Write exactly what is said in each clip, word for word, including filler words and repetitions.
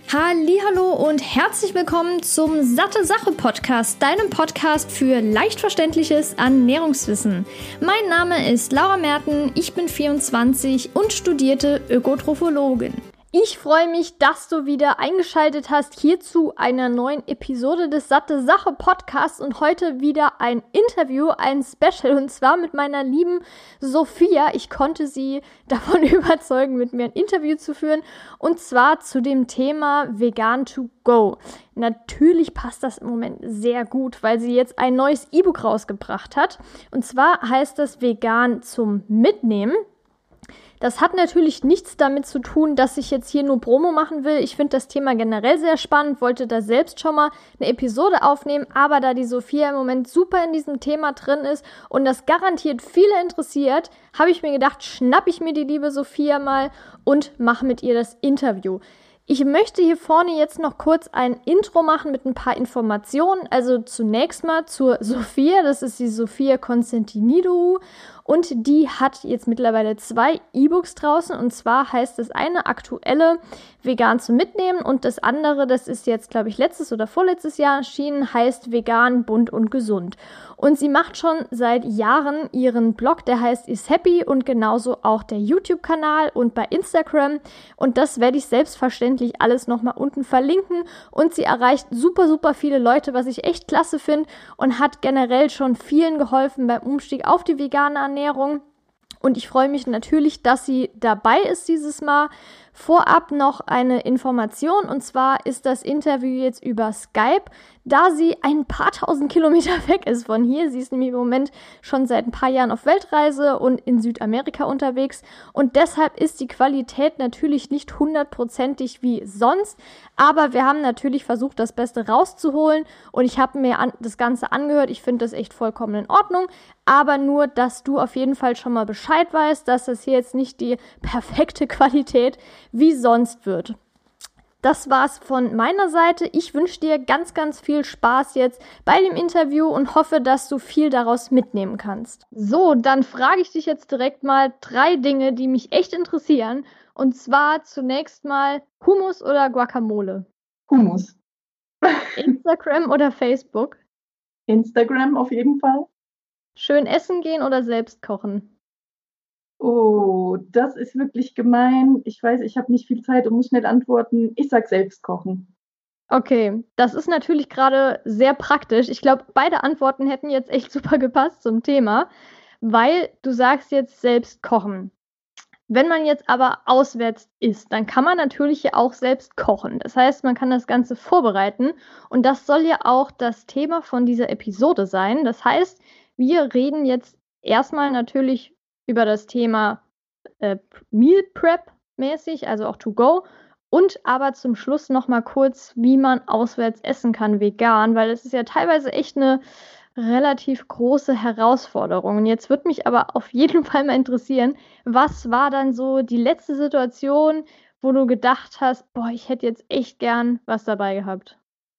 Hallihallo und herzlich willkommen zum Satte Sache Podcast, deinem Podcast für leicht verständliches Ernährungswissen. Mein Name ist Laura Merten, ich bin vierundzwanzig und studierte Ökotrophologin. Ich freue mich, dass du wieder eingeschaltet hast hier zu einer neuen Episode des Satte Sache Podcasts und heute wieder ein Interview, ein Special und zwar mit meiner lieben Sophia. Ich konnte sie davon überzeugen, mit mir ein Interview zu führen und zwar zu dem Thema Vegan to go. Natürlich passt das im Moment sehr gut, weil sie jetzt ein neues E-Book rausgebracht hat und zwar heißt das Vegan zum Mitnehmen. Das hat natürlich nichts damit zu tun, dass ich jetzt hier nur Promo machen will. Ich finde das Thema generell sehr spannend, wollte da selbst schon mal eine Episode aufnehmen, aber da die Sophia im Moment super in diesem Thema drin ist und das garantiert viele interessiert, habe ich mir gedacht, schnapp ich mir die liebe Sophia mal und mache mit ihr das Interview. Ich möchte hier vorne jetzt noch kurz ein Intro machen mit ein paar Informationen. Also zunächst mal zur Sophia, das ist die Sophia Constantinidou und die hat jetzt mittlerweile zwei E-Books draußen und zwar heißt das eine aktuelle Vegan zum Mitnehmen und das andere, das ist jetzt glaube ich letztes oder vorletztes Jahr erschienen, heißt Vegan, bunt und gesund. Und sie macht schon seit Jahren ihren Blog, der heißt Is Happy und genauso auch der YouTube-Kanal und bei Instagram und das werde ich selbstverständlich alles nochmal unten verlinken und sie erreicht super, super viele Leute, was ich echt klasse finde und hat generell schon vielen geholfen beim Umstieg auf die vegane Ernährung. Und ich freue mich natürlich, dass sie dabei ist dieses Mal. Vorab noch eine Information und zwar ist das Interview jetzt über Skype, da sie ein paar tausend Kilometer weg ist von hier. Sie ist nämlich im Moment schon seit ein paar Jahren auf Weltreise und in Südamerika unterwegs und deshalb ist die Qualität natürlich nicht hundertprozentig wie sonst, aber wir haben natürlich versucht, das Beste rauszuholen und ich habe mir an, das Ganze angehört. Ich finde das echt vollkommen in Ordnung, aber nur, dass du auf jeden Fall schon mal Bescheid weißt, dass das hier jetzt nicht die perfekte Qualität wie sonst wird. Das war's von meiner Seite. Ich wünsche dir ganz, ganz viel Spaß jetzt bei dem Interview und hoffe, dass du viel daraus mitnehmen kannst. So, dann frage ich dich jetzt direkt mal drei Dinge, die mich echt interessieren. Und zwar zunächst mal Hummus oder Guacamole? Hummus. Instagram oder Facebook? Instagram auf jeden Fall. Schön essen gehen oder selbst kochen? Oh, das ist wirklich gemein. Ich weiß, ich habe nicht viel Zeit und muss schnell antworten. Ich sag selbst kochen. Okay, das ist natürlich gerade sehr praktisch. Ich glaube, beide Antworten hätten jetzt echt super gepasst zum Thema, weil du sagst jetzt selbst kochen. Wenn man jetzt aber auswärts isst, dann kann man natürlich ja auch selbst kochen. Das heißt, man kann das Ganze vorbereiten und das soll ja auch das Thema von dieser Episode sein. Das heißt, wir reden jetzt erstmal natürlich über das Thema äh, Meal Prep mäßig, also auch to go und aber zum Schluss nochmal kurz, wie man auswärts essen kann vegan, weil das ist ja teilweise echt eine relativ große Herausforderung. Und jetzt würde mich aber auf jeden Fall mal interessieren, was war dann so die letzte Situation, wo du gedacht hast, boah, ich hätte jetzt echt gern was dabei gehabt?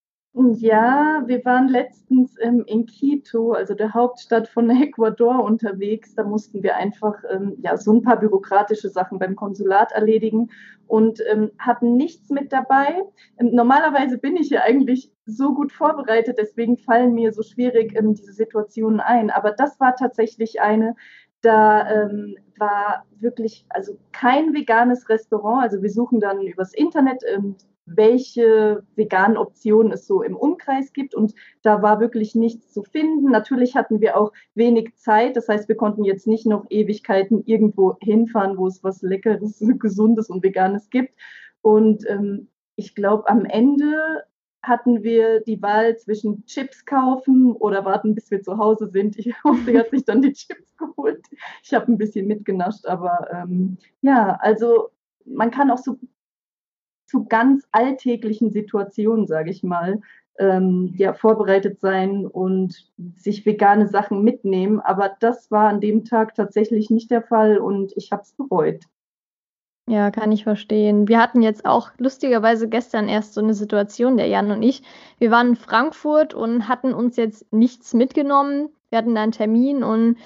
Ja, wir waren letztens ähm, in Quito, also der Hauptstadt von Ecuador, unterwegs. Da mussten wir einfach ähm, ja, so ein paar bürokratische Sachen beim Konsulat erledigen und ähm, hatten nichts mit dabei. Ähm, normalerweise bin ich ja eigentlich so gut vorbereitet, deswegen fallen mir so schwierig ähm, diese Situationen ein. Aber das war tatsächlich eine, da ähm, war wirklich also kein veganes Restaurant. Also wir suchen dann übers Internet, ähm, welche veganen Optionen es so im Umkreis gibt. Und da war wirklich nichts zu finden. Natürlich hatten wir auch wenig Zeit. Das heißt, wir konnten jetzt nicht noch Ewigkeiten irgendwo hinfahren, wo es was Leckeres, Gesundes und Veganes gibt. Und ähm, ich glaube, am Ende hatten wir die Wahl zwischen Chips kaufen oder warten, bis wir zu Hause sind. Ich hoffe, sie hat sich dann die Chips geholt. Ich habe ein bisschen mitgenascht, aber ähm, ja, also man kann auch so zu ganz alltäglichen Situationen, sage ich mal, ähm, ja, vorbereitet sein und sich vegane Sachen mitnehmen. Aber das war an dem Tag tatsächlich nicht der Fall und ich habe es bereut. Ja, kann ich verstehen. Wir hatten jetzt auch lustigerweise gestern erst so eine Situation, der Jan und ich. Wir waren in Frankfurt und hatten uns jetzt nichts mitgenommen. Wir hatten da einen Termin und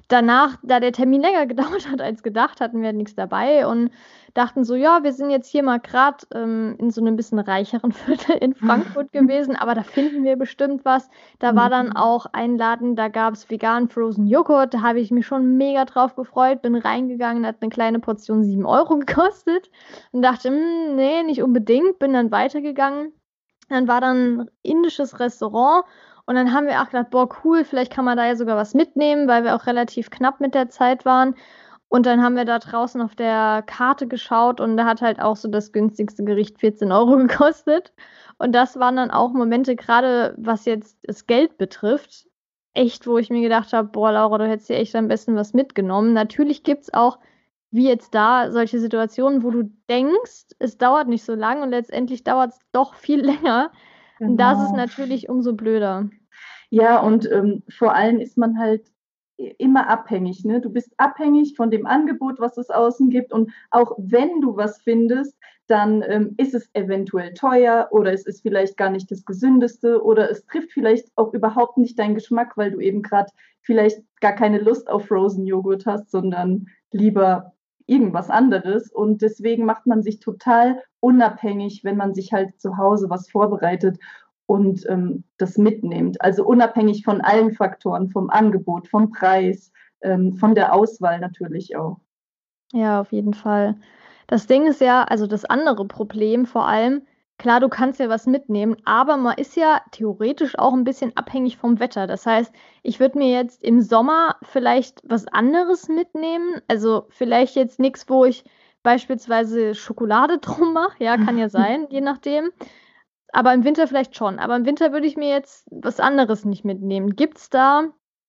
danach, da der Termin länger gedauert hat als gedacht, hatten wir nichts dabei und dachten so, ja, wir sind jetzt hier mal gerade ähm, in so einem bisschen reicheren Viertel in Frankfurt gewesen, aber da finden wir bestimmt was. Da war dann auch ein Laden, da gab es veganen Frozen Joghurt, da habe ich mich schon mega drauf gefreut, bin reingegangen, hat eine kleine Portion sieben Euro gekostet und dachte, hm, nee, nicht unbedingt, bin dann weitergegangen. Dann war dann ein indisches Restaurant und dann haben wir auch gedacht, boah, cool, vielleicht kann man da ja sogar was mitnehmen, weil wir auch relativ knapp mit der Zeit waren. Und dann haben wir da draußen auf der Karte geschaut und da hat halt auch so das günstigste Gericht vierzehn Euro gekostet. Und das waren dann auch Momente, gerade was jetzt das Geld betrifft, echt, wo ich mir gedacht habe, boah, Laura, du hättest dir echt am besten was mitgenommen. Natürlich gibt es auch, wie jetzt da, solche Situationen, wo du denkst, es dauert nicht so lang und letztendlich dauert es doch viel länger. Und das ist Genau. natürlich umso blöder. Ja, und ähm, vor allem ist man halt i- immer abhängig, ne? Du bist abhängig von dem Angebot, was es außen gibt. Und auch wenn du was findest, dann ähm, ist es eventuell teuer oder es ist vielleicht gar nicht das Gesündeste oder es trifft vielleicht auch überhaupt nicht deinen Geschmack, weil du eben gerade vielleicht gar keine Lust auf Frozen Joghurt hast, sondern lieber irgendwas anderes. Und deswegen macht man sich total unabhängig, wenn man sich halt zu Hause was vorbereitet und ähm, das mitnimmt. Also unabhängig von allen Faktoren, vom Angebot, vom Preis, ähm, von der Auswahl natürlich auch. Ja, auf jeden Fall. Das Ding ist ja, also das andere Problem vor allem, klar, du kannst ja was mitnehmen, aber man ist ja theoretisch auch ein bisschen abhängig vom Wetter. Das heißt, ich würde mir jetzt im Sommer vielleicht was anderes mitnehmen. Also vielleicht jetzt nichts, wo ich beispielsweise Schokolade drum mache. Ja, kann ja sein, je nachdem. Aber im Winter vielleicht schon. Aber im Winter würde ich mir jetzt was anderes nicht mitnehmen. Gibt's da,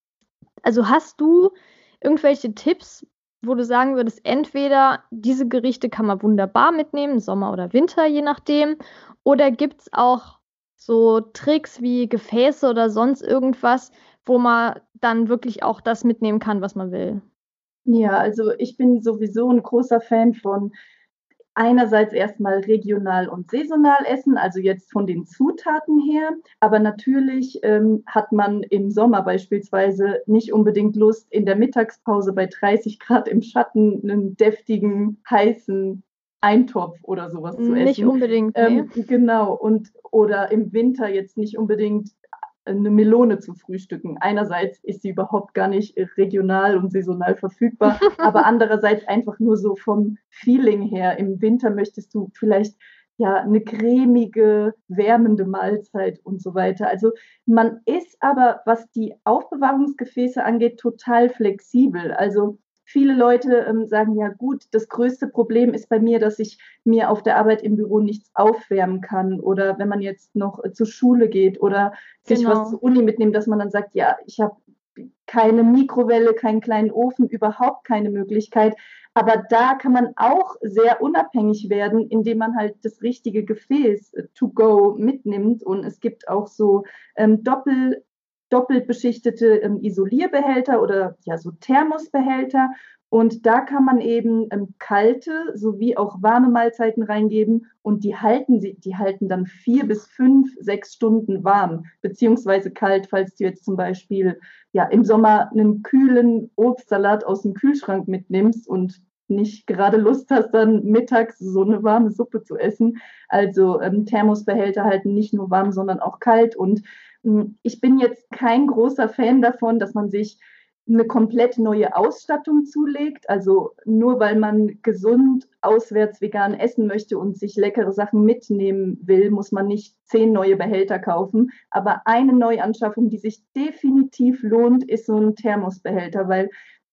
also hast du irgendwelche Tipps, wo du sagen würdest, entweder diese Gerichte kann man wunderbar mitnehmen, Sommer oder Winter, je nachdem, oder gibt es auch so Tricks wie Gefäße oder sonst irgendwas, wo man dann wirklich auch das mitnehmen kann, was man will? Ja, also ich bin sowieso ein großer Fan von einerseits erstmal regional und saisonal essen, also jetzt von den Zutaten her. Aber natürlich ähm, hat man im Sommer beispielsweise nicht unbedingt Lust, in der Mittagspause bei dreißig Grad im Schatten einen deftigen, heißen Eintopf oder sowas zu Nicht essen. unbedingt, nee. Ähm, genau, und oder im Winter jetzt nicht unbedingt eine Melone zu frühstücken. Einerseits ist sie überhaupt gar nicht regional und saisonal verfügbar, aber andererseits einfach nur so vom Feeling her. Im Winter möchtest du vielleicht ja eine cremige, wärmende Mahlzeit und so weiter. Also man ist aber, was die Aufbewahrungsgefäße angeht, total flexibel. Also viele Leute ähm, sagen, ja gut, das größte Problem ist bei mir, dass ich mir auf der Arbeit im Büro nichts aufwärmen kann oder wenn man jetzt noch äh, zur Schule geht oder sich was zur Genau. Uni mitnehmen, dass man dann sagt, ja, ich habe keine Mikrowelle, keinen kleinen Ofen, überhaupt keine Möglichkeit. Aber da kann man auch sehr unabhängig werden, indem man halt das richtige Gefäß äh, to go mitnimmt. Und es gibt auch so ähm, doppel, doppelt beschichtete ähm, Isolierbehälter oder ja so Thermosbehälter. Und da kann man eben ähm, kalte sowie auch warme Mahlzeiten reingeben und die halten, sie, die halten dann vier bis fünf, sechs Stunden warm, beziehungsweise kalt, falls du jetzt zum Beispiel ja, im Sommer einen kühlen Obstsalat aus dem Kühlschrank mitnimmst und nicht gerade Lust hast, dann mittags so eine warme Suppe zu essen. Also ähm, Thermosbehälter halten nicht nur warm, sondern auch kalt. Und ähm, ich bin jetzt kein großer Fan davon, dass man sich eine komplett neue Ausstattung zulegt. Also nur weil man gesund auswärts vegan essen möchte und sich leckere Sachen mitnehmen will, muss man nicht zehn neue Behälter kaufen. Aber eine Neuanschaffung, die sich definitiv lohnt, ist so ein Thermosbehälter, weil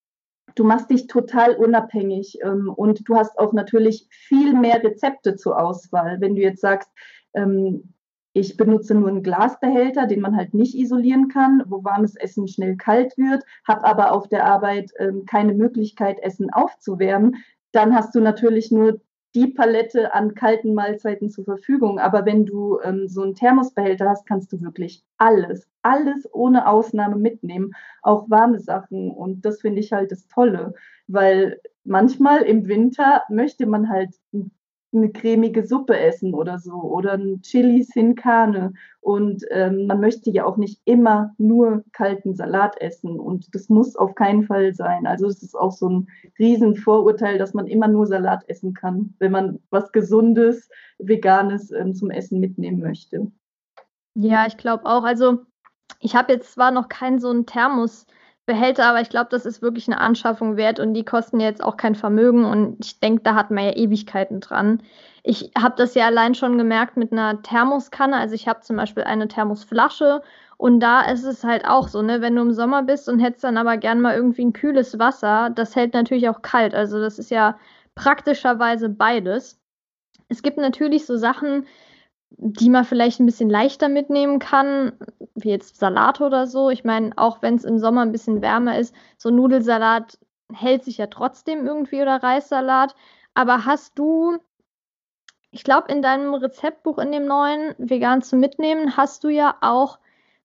du machst dich total unabhängig ähm, und du hast auch natürlich viel mehr Rezepte zur Auswahl. Wenn du jetzt sagst, ähm, ich benutze nur einen Glasbehälter, den man halt nicht isolieren kann, wo warmes Essen schnell kalt wird, habe aber auf der Arbeit ähm, keine Möglichkeit, Essen aufzuwärmen, dann hast du natürlich nur die Palette an kalten Mahlzeiten zur Verfügung. Aber wenn du ähm, so einen Thermosbehälter hast, kannst du wirklich alles, alles ohne Ausnahme mitnehmen, auch warme Sachen. Und das finde ich halt das Tolle, weil manchmal im Winter möchte man halt eine cremige Suppe essen oder so oder ein Chili sin Carne. Und ähm, man möchte ja auch nicht immer nur kalten Salat essen und das muss auf keinen Fall sein. Also es ist auch so ein Riesenvorurteil, dass man immer nur Salat essen kann, wenn man was Gesundes, Veganes ähm, zum Essen mitnehmen möchte. Ja, ich glaube auch. Also ich habe jetzt zwar noch keinen so einen Thermosbehälter, aber ich glaube, das ist wirklich eine Anschaffung wert und die kosten jetzt auch kein Vermögen und ich denke, da hat man ja Ewigkeiten dran. Ich habe das ja allein schon gemerkt mit einer Thermoskanne. Also ich habe zum Beispiel eine Thermosflasche und da ist es halt auch so, ne, wenn du im Sommer bist und hättest dann aber gern mal irgendwie ein kühles Wasser, das hält natürlich auch kalt. Also das ist ja praktischerweise beides. Es gibt natürlich so Sachen, die man vielleicht ein bisschen leichter mitnehmen kann, wie jetzt Salat oder so. Ich meine, auch wenn es im Sommer ein bisschen wärmer ist, so Nudelsalat hält sich ja trotzdem irgendwie oder Reissalat. Aber hast du, ich glaube, in deinem Rezeptbuch in dem neuen Vegan zum Mitnehmen, hast du ja auch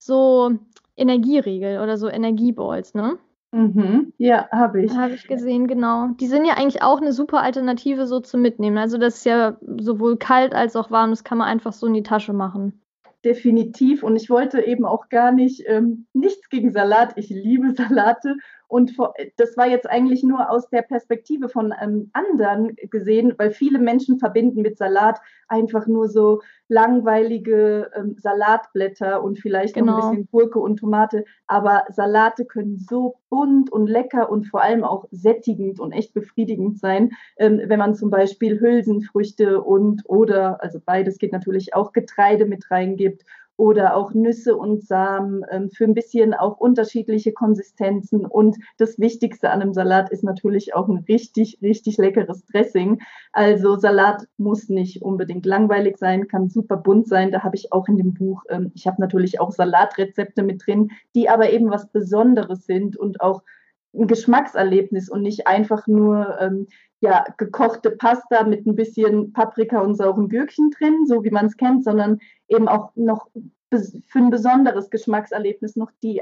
so Energieriegel oder so Energieballs, ne? Mhm. Ja, habe ich. Habe ich gesehen, genau. Die sind ja eigentlich auch eine super Alternative so zum Mitnehmen. Also das ist ja sowohl kalt als auch warm, das kann man einfach so in die Tasche machen. Definitiv. Und ich wollte eben auch gar nicht, ähm, nichts gegen Salat. Ich liebe Salate. Und vor, das war jetzt eigentlich nur aus der Perspektive von ähm, anderen gesehen, weil viele Menschen verbinden mit Salat einfach nur so langweilige ähm, Salatblätter und vielleicht noch ein Genau. bisschen Gurke und Tomate. Aber Salate können so bunt und lecker und vor allem auch sättigend und echt befriedigend sein, ähm, wenn man zum Beispiel Hülsenfrüchte und oder, also beides geht natürlich auch, Getreide mit reingibt oder auch Nüsse und Samen ähm, für ein bisschen auch unterschiedliche Konsistenzen. Und das Wichtigste an einem Salat ist natürlich auch ein richtig, richtig leckeres Dressing. Also Salat muss nicht unbedingt langweilig sein, kann super bunt sein. Da habe ich auch in dem Buch, ähm, ich habe natürlich auch Salatrezepte mit drin, die aber eben was Besonderes sind und auch ein Geschmackserlebnis und nicht einfach nur ähm, ja, gekochte Pasta mit ein bisschen Paprika und sauren Gürkchen drin, so wie man es kennt, sondern eben auch noch für ein besonderes Geschmackserlebnis noch die,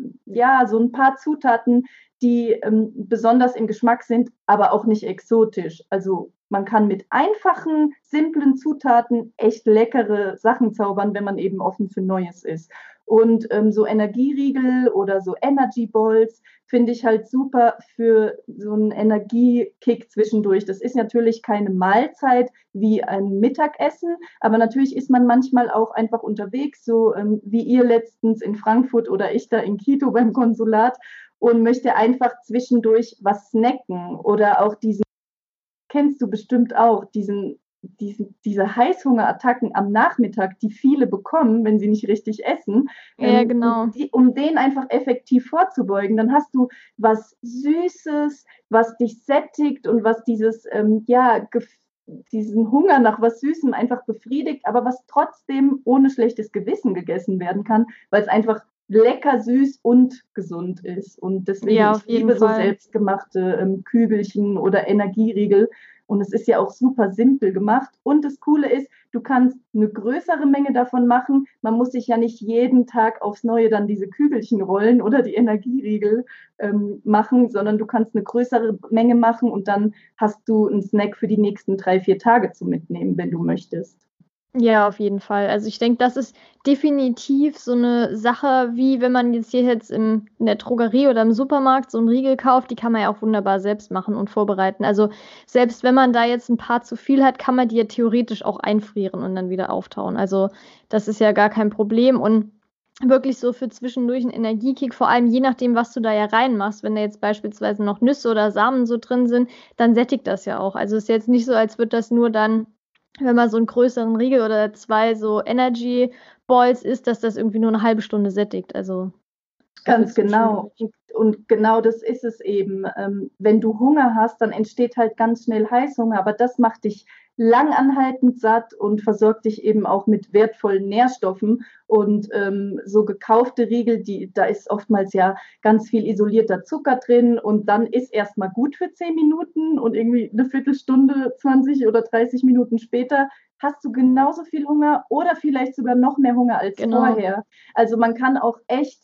ja, so ein paar Zutaten, die ähm, besonders im Geschmack sind, aber auch nicht exotisch. Also man kann mit einfachen, simplen Zutaten echt leckere Sachen zaubern, wenn man eben offen für Neues ist. Und ähm, so Energieriegel oder so Energy Balls finde ich halt super für so einen Energiekick zwischendurch. Das ist natürlich keine Mahlzeit wie ein Mittagessen, aber natürlich ist man manchmal auch einfach unterwegs, so ähm, wie ihr letztens in Frankfurt oder ich da in Quito beim Konsulat und möchte einfach zwischendurch was snacken oder auch diesen, kennst du bestimmt auch, diesen diesen, diese Heißhungerattacken am Nachmittag, die viele bekommen, wenn sie nicht richtig essen, Ja, ähm, genau. die, um denen einfach effektiv vorzubeugen, dann hast du was Süßes, was dich sättigt und was dieses, ähm, ja, diesen Hunger nach was Süßem einfach befriedigt, aber was trotzdem ohne schlechtes Gewissen gegessen werden kann, weil es einfach lecker, süß und gesund ist. Und deswegen, Ja, ich auf jeden liebe so Fall. selbstgemachte ähm, Kügelchen oder Energieriegel, und es ist ja auch super simpel gemacht. Und das Coole ist, du kannst eine größere Menge davon machen. Man muss sich ja nicht jeden Tag aufs Neue dann diese Kügelchen rollen oder die Energieriegel ähm, machen, sondern du kannst eine größere Menge machen und dann hast du einen Snack für die nächsten drei, vier Tage zu mitnehmen, wenn du möchtest. Ja, auf jeden Fall. Also ich denke, das ist definitiv so eine Sache, wie wenn man jetzt hier jetzt im, in der Drogerie oder im Supermarkt so einen Riegel kauft, die kann man ja auch wunderbar selbst machen und vorbereiten. Also selbst wenn man da jetzt ein paar zu viel hat, kann man die ja theoretisch auch einfrieren und dann wieder auftauen. Also das ist ja gar kein Problem und wirklich so für zwischendurch einen Energiekick, vor allem je nachdem, was du da ja reinmachst. Wenn da jetzt beispielsweise noch Nüsse oder Samen so drin sind, dann sättigt das ja auch. Also es ist jetzt nicht so, als würde das nur dann, wenn man so einen größeren Riegel oder zwei so Energy Balls isst, dass das irgendwie nur eine halbe Stunde sättigt. Also Ganz genau. Und, und genau das ist es eben. Ähm, wenn du Hunger hast, dann entsteht halt ganz schnell Heißhunger, aber das macht dich langanhaltend satt und versorgt dich eben auch mit wertvollen Nährstoffen. Und ähm, so gekaufte Riegel, die, da ist oftmals ja ganz viel isolierter Zucker drin und dann ist erstmal gut für zehn Minuten und irgendwie eine Viertelstunde, zwanzig oder dreißig Minuten später hast du genauso viel Hunger oder vielleicht sogar noch mehr Hunger als Genau. vorher. Also man kann auch echt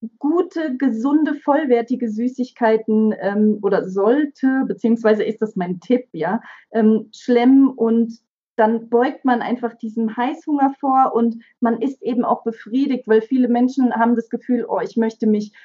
gute, gesunde, vollwertige Süßigkeiten ähm, oder sollte, beziehungsweise ist das mein Tipp, ja, ähm, schlemmen und dann beugt man einfach diesem Heißhunger vor und man ist eben auch befriedigt, weil viele Menschen haben das Gefühl, oh, ich möchte mich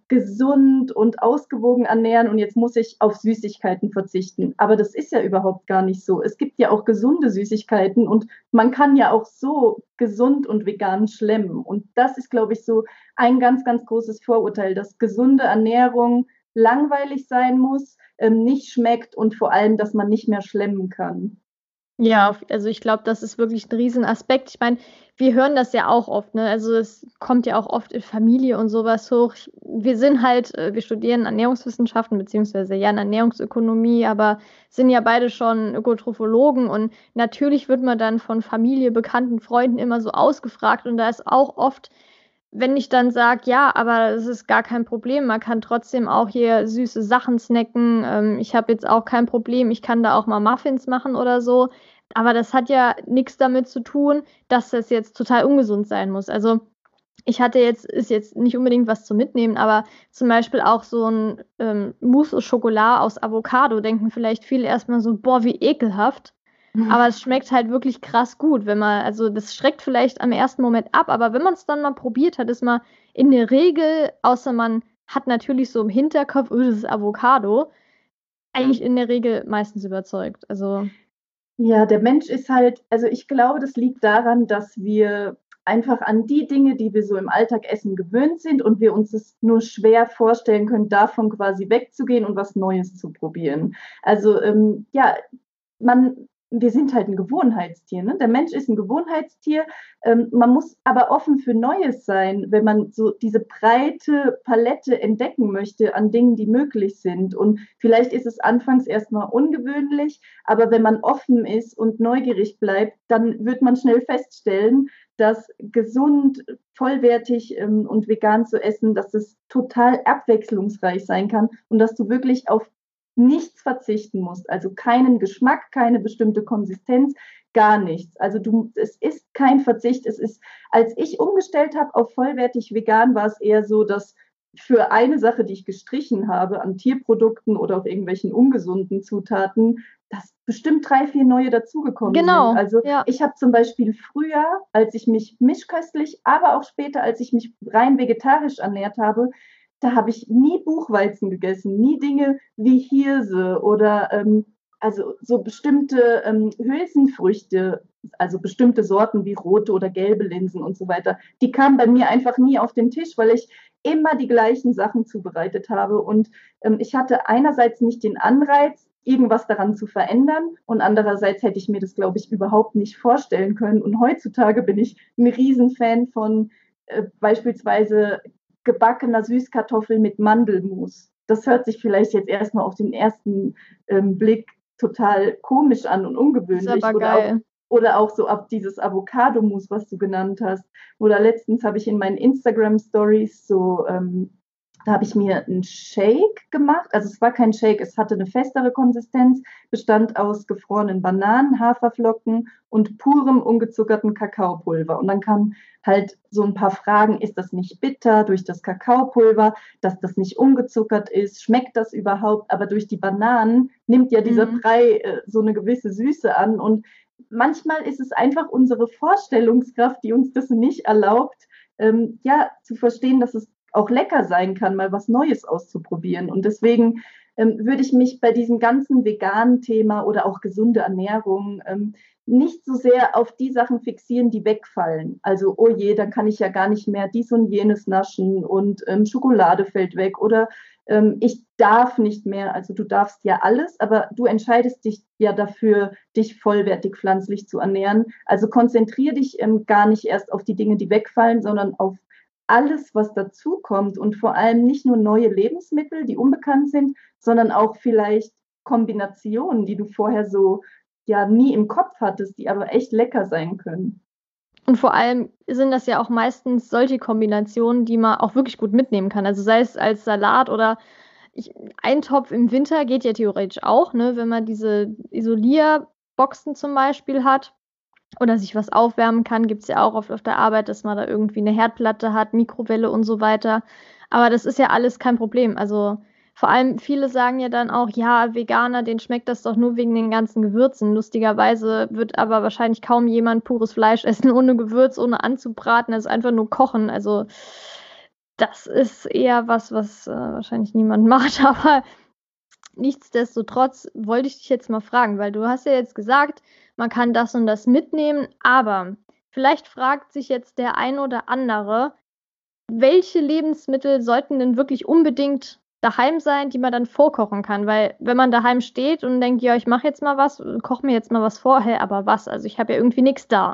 gesund und ausgewogen ernähren und jetzt muss ich auf Süßigkeiten verzichten. Aber das ist ja überhaupt gar nicht so. Es gibt ja auch gesunde Süßigkeiten und man kann ja auch so gesund und vegan schlemmen. Und das ist, glaube ich, so ein ganz, ganz großes Vorurteil, dass gesunde Ernährung langweilig sein muss, ähm, nicht schmeckt und vor allem, dass man nicht mehr schlemmen kann. Ja, also ich glaube, das ist wirklich ein Riesenaspekt. Ich meine, wir hören das ja auch oft, ne? Also es kommt ja auch oft in Familie und sowas hoch. Ich, wir sind halt, äh, wir studieren Ernährungswissenschaften beziehungsweise ja in Ernährungsökonomie, aber sind ja beide schon Ökotrophologen und natürlich wird man dann von Familie, Bekannten, Freunden immer so ausgefragt und da ist auch oft, wenn ich dann sage, ja, aber es ist gar kein Problem, man kann trotzdem auch hier süße Sachen snacken. Ähm, ich habe jetzt auch kein Problem, ich kann da auch mal Muffins machen oder so. Aber das hat ja nichts damit zu tun, dass das jetzt total ungesund sein muss. Also ich hatte jetzt, ist jetzt nicht unbedingt was zum Mitnehmen, aber zum Beispiel auch so ein ähm, Mousse au Chocolat aus Avocado, denken vielleicht viele erstmal so, boah, wie ekelhaft. Aber es schmeckt halt wirklich krass gut, wenn man, also das schreckt vielleicht am ersten Moment ab, aber wenn man es dann mal probiert hat, ist man in der Regel, außer man hat natürlich so im Hinterkopf, oh, das ist Avocado, eigentlich in der Regel meistens überzeugt. Also Ja, der Mensch ist halt, also ich glaube, das liegt daran, dass wir einfach an die Dinge, die wir so im Alltag essen, gewöhnt sind und wir uns es nur schwer vorstellen können, davon quasi wegzugehen und was Neues zu probieren. Also ähm, ja, man, wir sind halt ein Gewohnheitstier. Ne? Der Mensch ist ein Gewohnheitstier. Ähm, man muss aber offen für Neues sein, wenn man so diese breite Palette entdecken möchte an Dingen, die möglich sind. Und vielleicht ist es anfangs erstmal ungewöhnlich, aber wenn man offen ist und neugierig bleibt, dann wird man schnell feststellen, dass gesund, vollwertig ähm, und vegan zu essen, dass es total abwechslungsreich sein kann und dass du wirklich auf nichts verzichten musst, also keinen Geschmack, keine bestimmte Konsistenz, gar nichts. Also du, es ist kein Verzicht. Es ist, als ich umgestellt habe auf vollwertig vegan, war es eher so, dass für eine Sache, die ich gestrichen habe an Tierprodukten oder auch irgendwelchen ungesunden Zutaten, dass bestimmt drei, vier neue dazugekommen sind. genau, Also ja. ich habe zum Beispiel früher, als ich mich mischköstlich, aber auch später, als ich mich rein vegetarisch ernährt habe, da habe ich nie Buchweizen gegessen, nie Dinge wie Hirse oder ähm, also so bestimmte ähm, Hülsenfrüchte, also bestimmte Sorten wie rote oder gelbe Linsen und so weiter, die kamen bei mir einfach nie auf den Tisch, weil ich immer die gleichen Sachen zubereitet habe. Und ähm, ich hatte einerseits nicht den Anreiz, irgendwas daran zu verändern und andererseits hätte ich mir das, glaube ich, überhaupt nicht vorstellen können. Und heutzutage bin ich ein Riesenfan von äh, beispielsweise gebackener Süßkartoffel mit Mandelmus. Das hört sich vielleicht jetzt erstmal auf den ersten ähm, Blick total komisch an und ungewöhnlich. Ist aber Oder auch, geil. oder auch so ab dieses Avocado-Mousse, was du genannt hast. Oder letztens habe ich in meinen Instagram-Stories so, ähm, da habe ich mir einen Shake gemacht. Also es war kein Shake, es hatte eine festere Konsistenz, bestand aus gefrorenen Bananen, Haferflocken und purem ungezuckerten Kakaopulver. Und dann kamen halt so ein paar Fragen, ist das nicht bitter durch das Kakaopulver, dass das nicht ungezuckert ist, schmeckt das überhaupt? Aber durch die Bananen nimmt ja dieser Mhm. Brei äh, so eine gewisse Süße an und manchmal ist es einfach unsere Vorstellungskraft, die uns das nicht erlaubt, ähm, ja, zu verstehen, dass es auch lecker sein kann, mal was Neues auszuprobieren. Und deswegen ähm, würde ich mich bei diesem ganzen veganen Thema oder auch gesunde Ernährung ähm, nicht so sehr auf die Sachen fixieren, die wegfallen. Also, oh je, dann kann ich ja gar nicht mehr dies und jenes naschen und ähm, Schokolade fällt weg oder ähm, ich darf nicht mehr. Also du darfst ja alles, aber du entscheidest dich ja dafür, dich vollwertig pflanzlich zu ernähren. Also konzentriere dich ähm, gar nicht erst auf die Dinge, die wegfallen, sondern auf alles, was dazukommt und vor allem nicht nur neue Lebensmittel, die unbekannt sind, sondern auch vielleicht Kombinationen, die du vorher so ja nie im Kopf hattest, die aber echt lecker sein können. Und vor allem sind das ja auch meistens solche Kombinationen, die man auch wirklich gut mitnehmen kann. Also sei es als Salat oder ich, ein Topf im Winter geht ja theoretisch auch, ne, wenn man diese Isolierboxen zum Beispiel hat. oder sich was aufwärmen kann. Gibt es ja auch oft auf der Arbeit, dass man da irgendwie eine Herdplatte hat, Mikrowelle und so weiter. Aber das ist ja alles kein Problem. Also vor allem viele sagen ja dann auch, ja, Veganer, denen schmeckt das doch nur wegen den ganzen Gewürzen. Lustigerweise wird aber wahrscheinlich kaum jemand pures Fleisch essen ohne Gewürz, ohne anzubraten, also einfach nur kochen. Also das ist eher was, was äh, wahrscheinlich niemand macht. Aber nichtsdestotrotz wollte ich dich jetzt mal fragen, weil du hast ja jetzt gesagt, man kann das und das mitnehmen, aber vielleicht fragt sich jetzt der ein oder andere, welche Lebensmittel sollten denn wirklich unbedingt daheim sein, die man dann vorkochen kann? Weil wenn man daheim steht und denkt, ja, ich mache jetzt mal was, koche mir jetzt mal was vorher, aber was? Also ich habe ja irgendwie nichts da.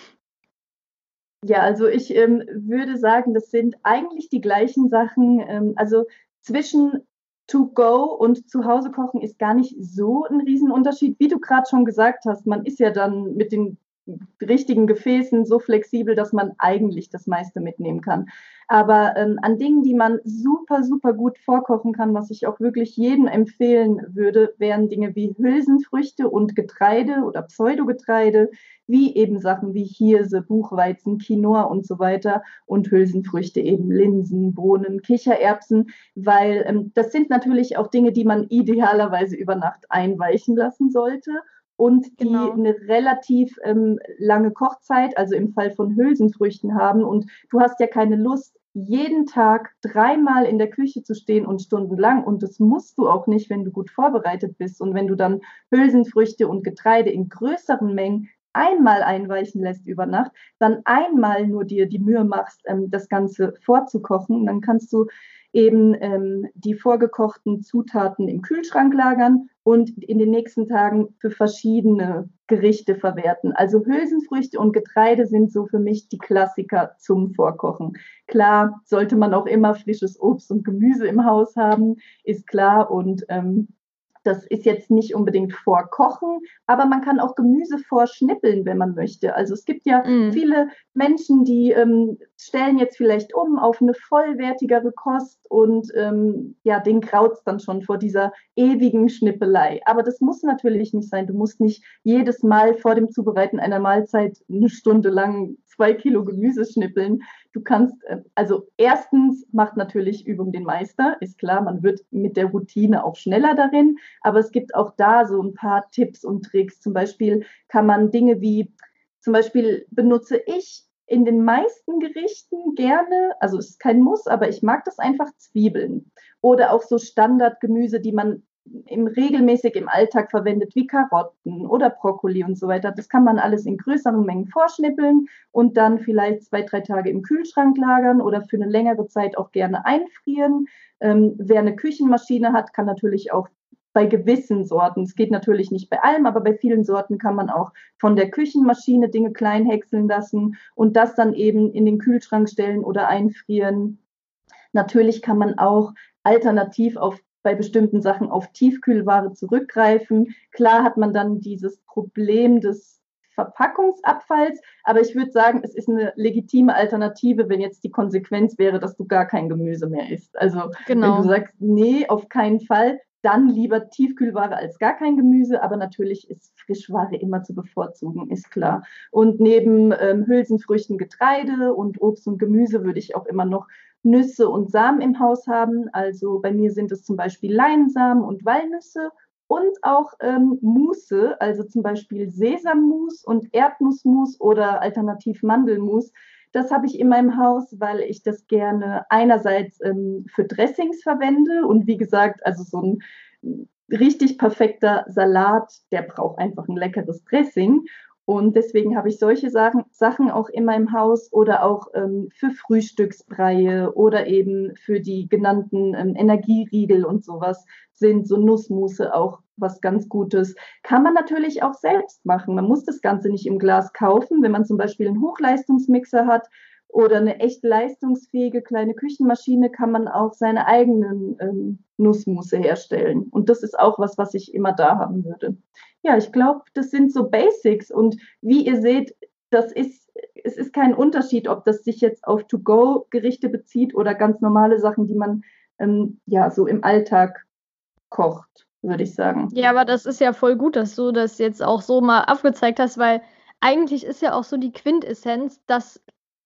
Ja, also ich ähm, würde sagen, das sind eigentlich die gleichen Sachen. Ähm, also zwischen To Go und zu Hause kochen ist gar nicht so ein Riesenunterschied. Wie du gerade schon gesagt hast, man ist ja dann mit den richtigen Gefäßen so flexibel, dass man eigentlich das meiste mitnehmen kann. Aber ähm, an Dingen, die man super, super gut vorkochen kann, was ich auch wirklich jedem empfehlen würde, wären Dinge wie Hülsenfrüchte und Getreide oder Pseudogetreide, wie eben Sachen wie Hirse, Buchweizen, Quinoa und so weiter und Hülsenfrüchte eben Linsen, Bohnen, Kichererbsen, weil ähm, das sind natürlich auch Dinge, die man idealerweise über Nacht einweichen lassen sollte und die Genau. eine relativ ähm, lange Kochzeit, also im Fall von Hülsenfrüchten haben. Und du hast ja keine Lust, jeden Tag dreimal in der Küche zu stehen und stundenlang. Und das musst du auch nicht, wenn du gut vorbereitet bist. Und wenn du dann Hülsenfrüchte und Getreide in größeren Mengen einmal einweichen lässt über Nacht, dann einmal nur dir die Mühe machst, ähm, das Ganze vorzukochen, dann kannst du eben ähm, die vorgekochten Zutaten im Kühlschrank lagern und in den nächsten Tagen für verschiedene Gerichte verwerten. Also Hülsenfrüchte und Getreide sind so für mich die Klassiker zum Vorkochen. Klar, sollte man auch immer frisches Obst und Gemüse im Haus haben, ist klar. Und ähm, das ist jetzt nicht unbedingt vorkochen, aber man kann auch Gemüse vorschnippeln, wenn man möchte. Also es gibt ja Mm. viele Menschen, die ähm, stellen jetzt vielleicht um auf eine vollwertigere Kost und ähm, ja, den graut's dann schon vor dieser ewigen Schnippelei. Aber das muss natürlich nicht sein. Du musst nicht jedes Mal vor dem Zubereiten einer Mahlzeit eine Stunde lang zwei Kilo Gemüse schnippeln. Du kannst, äh, also erstens macht natürlich Übung den Meister, ist klar, man wird mit der Routine auch schneller darin, aber es gibt auch da so ein paar Tipps und Tricks. Zum Beispiel kann man Dinge wie, zum Beispiel benutze ich in den meisten Gerichten gerne, also es ist kein Muss, aber ich mag das einfach Zwiebeln oder auch so Standardgemüse, die man im, regelmäßig im Alltag verwendet, wie Karotten oder Brokkoli und so weiter. Das kann man alles in größeren Mengen vorschnippeln und dann vielleicht zwei, drei Tage im Kühlschrank lagern oder für eine längere Zeit auch gerne einfrieren. Ähm, wer eine Küchenmaschine hat, kann natürlich auch bei gewissen Sorten, es geht natürlich nicht bei allem, aber bei vielen Sorten kann man auch von der Küchenmaschine Dinge klein häckseln lassen und das dann eben in den Kühlschrank stellen oder einfrieren. Natürlich kann man auch alternativ auf bei bestimmten Sachen auf Tiefkühlware zurückgreifen. Klar hat man dann dieses Problem des Verpackungsabfalls, aber ich würde sagen, es ist eine legitime Alternative, wenn jetzt die Konsequenz wäre, dass du gar kein Gemüse mehr isst. Also wenn du Genau. sagst, nee, auf keinen Fall, dann lieber Tiefkühlware als gar kein Gemüse, aber natürlich ist Frischware immer zu bevorzugen, ist klar. Und neben ähm, Hülsenfrüchten, Getreide und Obst und Gemüse würde ich auch immer noch Nüsse und Samen im Haus haben. Also bei mir sind es zum Beispiel Leinsamen und Walnüsse und auch ähm, Musse, also zum Beispiel Sesammus und Erdnussmus oder alternativ Mandelmus. Das habe ich in meinem Haus, weil ich das gerne einerseits ähm, für Dressings verwende und wie gesagt, also so ein richtig perfekter Salat, der braucht einfach ein leckeres Dressing. Und deswegen habe ich solche Sachen, Sachen auch immer im Haus oder auch ähm, für Frühstücksbreie oder eben für die genannten ähm, Energieriegel und sowas sind so Nussmusse auch was ganz Gutes. Kann man natürlich auch selbst machen. Man muss das Ganze nicht im Glas kaufen. Wenn man zum Beispiel einen Hochleistungsmixer hat oder eine echt leistungsfähige kleine Küchenmaschine, kann man auch seine eigenen ähm, Nussmusse herstellen. Und das ist auch was, was ich immer da haben würde. Ja, ich glaube, das sind so Basics. Und wie ihr seht, das ist, es ist kein Unterschied, ob das sich jetzt auf To-Go-Gerichte bezieht oder ganz normale Sachen, die man ähm, ja so im Alltag kocht, würde ich sagen. Ja, aber das ist ja voll gut, dass du das jetzt auch so mal aufgezeigt hast, weil eigentlich ist ja auch so die Quintessenz, dass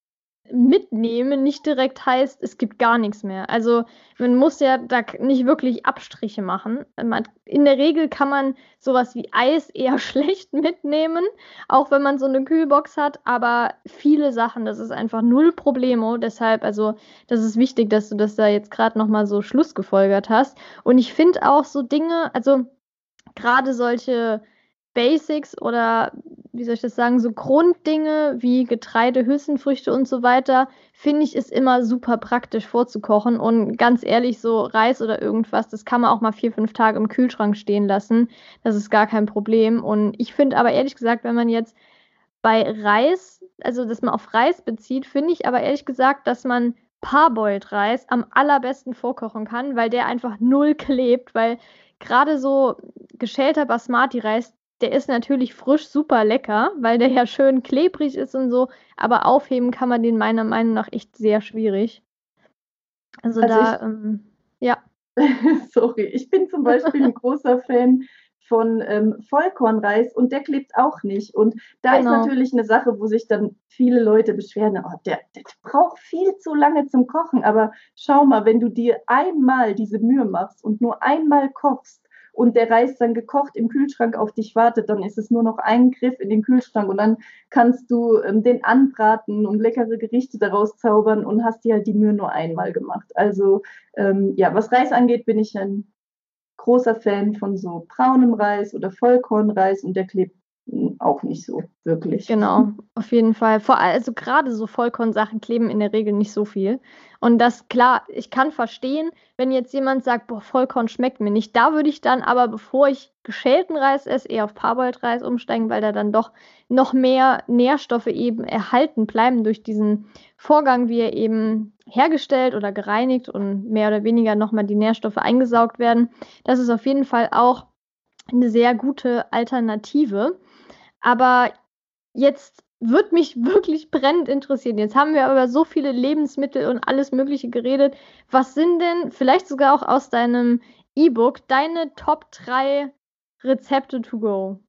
mitnehmen nicht direkt heißt, es gibt gar nichts mehr. Also man muss ja da nicht wirklich Abstriche machen. Man, in der Regel kann man sowas wie Eis eher schlecht mitnehmen, auch wenn man so eine Kühlbox hat, aber viele Sachen, das ist einfach null Problemo. Deshalb, also das ist wichtig, dass du das da jetzt gerade nochmal so schlussgefolgert hast. Und ich finde auch so Dinge, also gerade solche Basics oder, wie soll ich das sagen, so Grunddinge wie Getreide, Hülsenfrüchte und so weiter, finde ich, ist immer super praktisch vorzukochen. Und ganz ehrlich, so Reis oder irgendwas, das kann man auch mal vier, fünf Tage im Kühlschrank stehen lassen. Das ist gar kein Problem. Und ich finde aber ehrlich gesagt, wenn man jetzt bei Reis, also dass man auf Reis bezieht, finde ich aber ehrlich gesagt, dass man Parboiled Reis am allerbesten vorkochen kann, weil der einfach null klebt, weil gerade so geschälter Basmati-Reis, der ist natürlich frisch super lecker, weil der ja schön klebrig ist und so, aber aufheben kann man den meiner Meinung nach echt sehr schwierig. Also, Also da, ich, ähm, ja. sorry, ich bin zum Beispiel ein großer Fan von ähm, Vollkornreis und der klebt auch nicht. Und da ist Genau. natürlich eine Sache, wo sich dann viele Leute beschweren, oh, der, der braucht viel zu lange zum Kochen. Aber schau mal, wenn du dir einmal diese Mühe machst und nur einmal kochst und der Reis dann gekocht im Kühlschrank auf dich wartet, dann ist es nur noch ein Griff in den Kühlschrank und dann kannst du ähm, den anbraten und leckere Gerichte daraus zaubern und hast dir halt die Mühe nur einmal gemacht. Also ähm, ja, was Reis angeht, bin ich ein großer Fan von so braunem Reis oder Vollkornreis und der klebt auch nicht so wirklich. Genau, auf jeden Fall. Vor allem, also gerade so Vollkornsachen kleben in der Regel nicht so viel. Und das, klar, ich kann verstehen, wenn jetzt jemand sagt, boah, Vollkorn schmeckt mir nicht. Da würde ich dann aber, bevor ich geschälten Reis esse, eher auf Parboiled-Reis umsteigen, weil da dann doch noch mehr Nährstoffe eben erhalten bleiben durch diesen Vorgang, wie er eben hergestellt oder gereinigt und mehr oder weniger nochmal die Nährstoffe eingesaugt werden. Das ist auf jeden Fall auch eine sehr gute Alternative. Aber jetzt würde mich wirklich brennend interessieren. Jetzt haben wir über so viele Lebensmittel und alles Mögliche geredet. Was sind denn, vielleicht sogar auch aus deinem E-Book, deine Top drei Rezepte to go?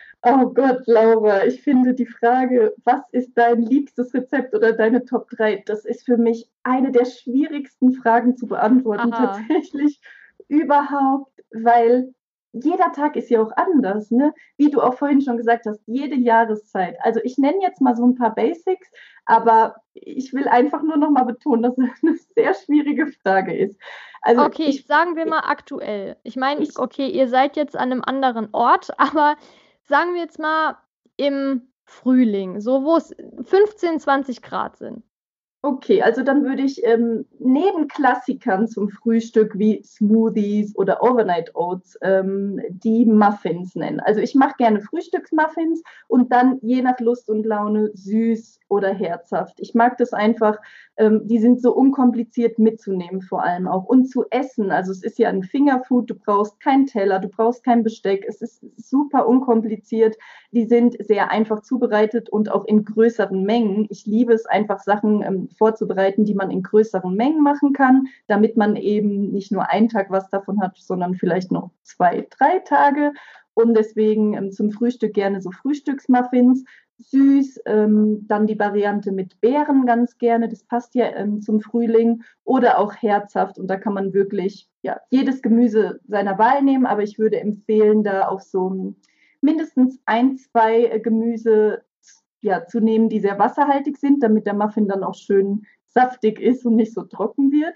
Oh Gott, Laura, ich finde die Frage, was ist dein liebstes Rezept oder deine Top drei, das ist für mich eine der schwierigsten Fragen zu beantworten, Aha. tatsächlich überhaupt, weil jeder Tag ist ja auch anders, ne? Wie du auch vorhin schon gesagt hast, jede Jahreszeit. Also ich nenne jetzt mal so ein paar Basics, aber ich will einfach nur noch mal betonen, dass es eine sehr schwierige Frage ist. Also Okay, ich, sagen wir mal aktuell. Ich meine, ich okay, ihr seid jetzt an einem anderen Ort, aber sagen wir jetzt mal im Frühling, so wo es fünfzehn, zwanzig Grad sind. Okay, also dann würde ich ähm, neben Klassikern zum Frühstück wie Smoothies oder Overnight Oats ähm, die Muffins nennen. Also ich mache gerne Frühstücksmuffins und dann je nach Lust und Laune süß oder herzhaft. Ich mag das einfach, ähm, die sind so unkompliziert mitzunehmen vor allem auch und zu essen. Also es ist ja ein Fingerfood, du brauchst keinen Teller, du brauchst kein Besteck, es ist super unkompliziert. Die sind sehr einfach zubereitet und auch in größeren Mengen. Ich liebe es einfach, Sachen ähm, vorzubereiten, die man in größeren Mengen machen kann, damit man eben nicht nur einen Tag was davon hat, sondern vielleicht noch zwei, drei Tage. Und deswegen ähm, zum Frühstück gerne so Frühstücksmuffins. Süß, ähm, dann die Variante mit Beeren ganz gerne, das passt ja ähm, zum Frühling. Oder auch herzhaft und da kann man wirklich ja, jedes Gemüse seiner Wahl nehmen, aber ich würde empfehlen, da auf so ein mindestens ein, zwei äh, Gemüse ja, zu nehmen, die sehr wasserhaltig sind, damit der Muffin dann auch schön saftig ist und nicht so trocken wird.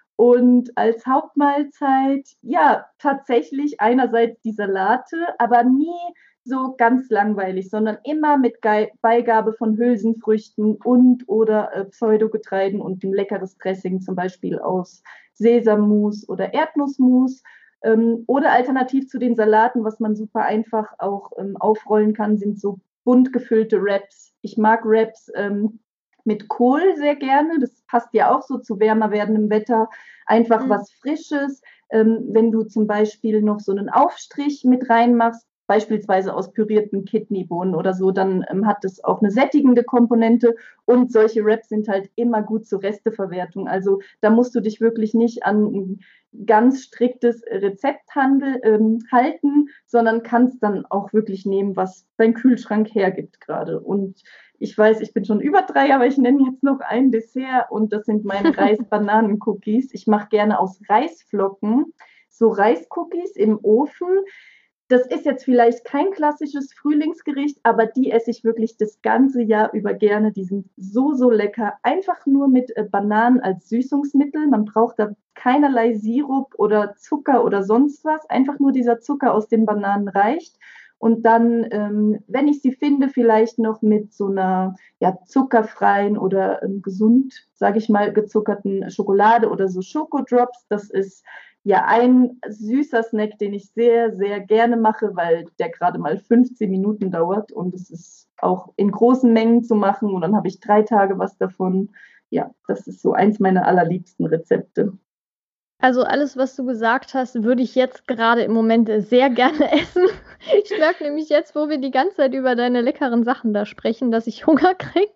Und als Hauptmahlzeit, ja, tatsächlich einerseits die Salate, aber nie so ganz langweilig, sondern immer mit Ge Beigabe von Hülsenfrüchten und oder äh, Pseudogetreiden und ein leckeres Dressing, zum Beispiel aus Sesammus oder Erdnussmus. Ähm, oder alternativ zu den Salaten, was man super einfach auch ähm, aufrollen kann, sind so bunt gefüllte Wraps. Ich mag Wraps ähm, mit Kohl sehr gerne. Das passt ja auch so zu wärmer werdendem Wetter. Einfach Mhm. was Frisches. Ähm, wenn du zum Beispiel noch so einen Aufstrich mit reinmachst, beispielsweise aus pürierten Kidneybohnen oder so, dann ähm, hat es auch eine sättigende Komponente und solche Wraps sind halt immer gut zur Resteverwertung. Also da musst du dich wirklich nicht an ein ganz striktes Rezept handel, ähm, halten, sondern kannst dann auch wirklich nehmen, was dein Kühlschrank hergibt gerade. Und ich weiß, ich bin schon über drei, aber ich nenne jetzt noch ein Dessert und das sind meine Reis-Bananen-Cookies. Ich mache gerne aus Reisflocken so Reiscookies im Ofen. Das ist jetzt vielleicht kein klassisches Frühlingsgericht, aber die esse ich wirklich das ganze Jahr über gerne. Die sind so, so lecker. Einfach nur mit äh, Bananen als Süßungsmittel. Man braucht da keinerlei Sirup oder Zucker oder sonst was. Einfach nur dieser Zucker aus den Bananen reicht. Und dann, ähm, wenn ich sie finde, vielleicht noch mit so einer ja, zuckerfreien oder ähm, gesund, sage ich mal, gezuckerten Schokolade oder so Schokodrops. Das ist ja ein süßer Snack, den ich sehr, sehr gerne mache, weil der gerade mal fünfzehn Minuten dauert und es ist auch in großen Mengen zu machen und dann habe ich drei Tage was davon. Ja, das ist so eins meiner allerliebsten Rezepte. Also alles, was du gesagt hast, würde ich jetzt gerade im Moment sehr gerne essen. Ich merke nämlich jetzt, wo wir die ganze Zeit über deine leckeren Sachen da sprechen, dass ich Hunger kriege.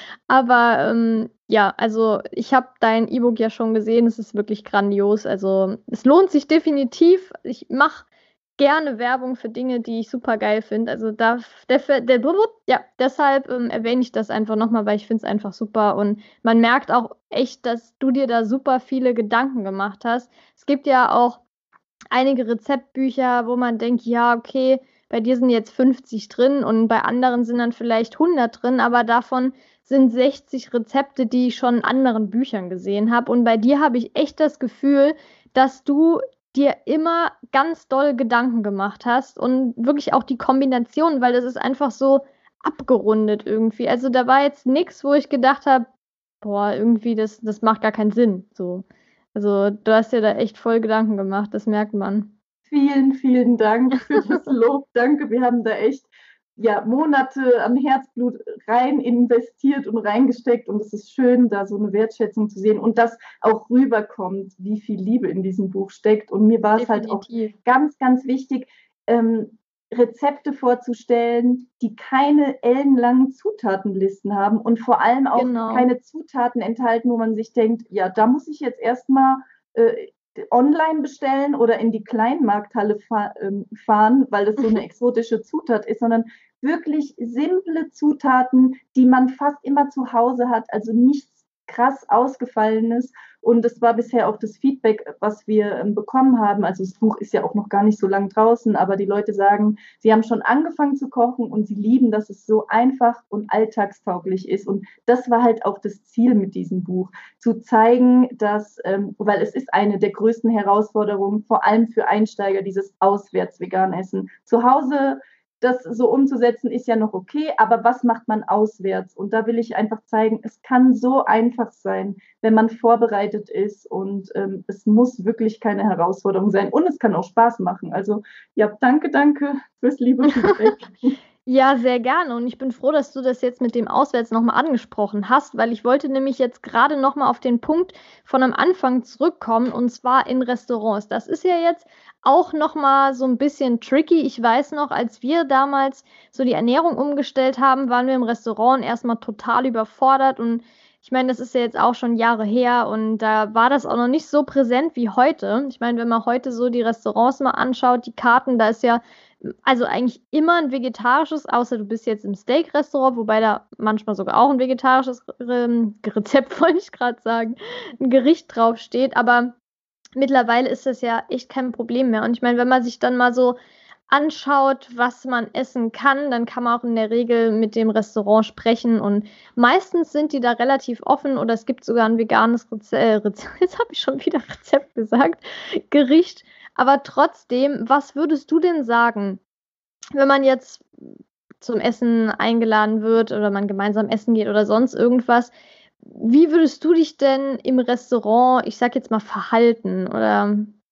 Aber ähm, ja, also ich habe dein E-Book ja schon gesehen, es ist wirklich grandios. Also es lohnt sich definitiv. Ich mache gerne Werbung für Dinge, die ich super geil finde. Also da, der, der, ja, deshalb ähm, erwähne ich das einfach nochmal, weil ich finde es einfach super. Und man merkt auch echt, dass du dir da super viele Gedanken gemacht hast. Es gibt ja auch einige Rezeptbücher, wo man denkt, ja, okay, bei dir sind jetzt fünfzig drin und bei anderen sind dann vielleicht hundert drin, aber davon sind sechzig Rezepte, die ich schon in anderen Büchern gesehen habe. Und bei dir habe ich echt das Gefühl, dass du dir immer ganz doll Gedanken gemacht hast und wirklich auch die Kombination, weil das ist einfach so abgerundet irgendwie. Also da war jetzt nichts, wo ich gedacht habe, boah, irgendwie das, das macht gar keinen Sinn. So. Also du hast dir da echt voll Gedanken gemacht, das merkt man. Vielen, vielen Dank für das Lob. Danke, wir haben da echt ja, Monate am Herzblut rein investiert und reingesteckt und es ist schön, da so eine Wertschätzung zu sehen und dass auch rüberkommt, wie viel Liebe in diesem Buch steckt. Und mir war es halt auch ganz, ganz wichtig, ähm, Rezepte vorzustellen, die keine ellenlangen Zutatenlisten haben und vor allem auch genau. keine Zutaten enthalten, wo man sich denkt, ja, da muss ich jetzt erstmal äh, online bestellen oder in die Kleinmarkthalle fahr, ähm, fahren, weil das so eine exotische Zutat ist, sondern wirklich simple Zutaten, die man fast immer zu Hause hat, also nichts krass Ausgefallenes. Und das war bisher auch das Feedback, was wir ähm, bekommen haben. Also das Buch ist ja auch noch gar nicht so lang draußen, aber die Leute sagen, sie haben schon angefangen zu kochen und sie lieben, dass es so einfach und alltagstauglich ist. Und das war halt auch das Ziel mit diesem Buch, zu zeigen, dass, ähm, weil es ist eine der größten Herausforderungen, vor allem für Einsteiger, dieses Auswärts-Vegan-Essen. Zu Hause das so umzusetzen ist ja noch okay, aber was macht man auswärts? Und da will ich einfach zeigen, es kann so einfach sein, wenn man vorbereitet ist und ähm, es muss wirklich keine Herausforderung sein und es kann auch Spaß machen. Also ja, danke, danke fürs liebe Feedback. Ja, sehr gerne. Und ich bin froh, dass du das jetzt mit dem Auswärts nochmal angesprochen hast, weil ich wollte nämlich jetzt gerade nochmal auf den Punkt von am Anfang zurückkommen, und zwar in Restaurants. Das ist ja jetzt auch nochmal so ein bisschen tricky. Ich weiß noch, als wir damals so die Ernährung umgestellt haben, waren wir im Restaurant erstmal total überfordert. Und ich meine, das ist ja jetzt auch schon Jahre her und da war das auch noch nicht so präsent wie heute. Ich meine, wenn man heute so die Restaurants mal anschaut, die Karten, da ist ja also eigentlich immer ein vegetarisches, außer du bist jetzt im Steak-Restaurant, wobei da manchmal sogar auch ein vegetarisches ähm, Rezept, wollte ich gerade sagen, ein Gericht draufsteht. Aber mittlerweile ist das ja echt kein Problem mehr. Und ich meine, wenn man sich dann mal so anschaut, was man essen kann, dann kann man auch in der Regel mit dem Restaurant sprechen. Und meistens sind die da relativ offen oder es gibt sogar ein veganes Rezept. Rezept jetzt habe ich schon wieder Rezept gesagt. Gericht. Aber trotzdem, was würdest du denn sagen, wenn man jetzt zum Essen eingeladen wird oder man gemeinsam essen geht oder sonst irgendwas? Wie würdest du dich denn im Restaurant, ich sag jetzt mal, verhalten? Oder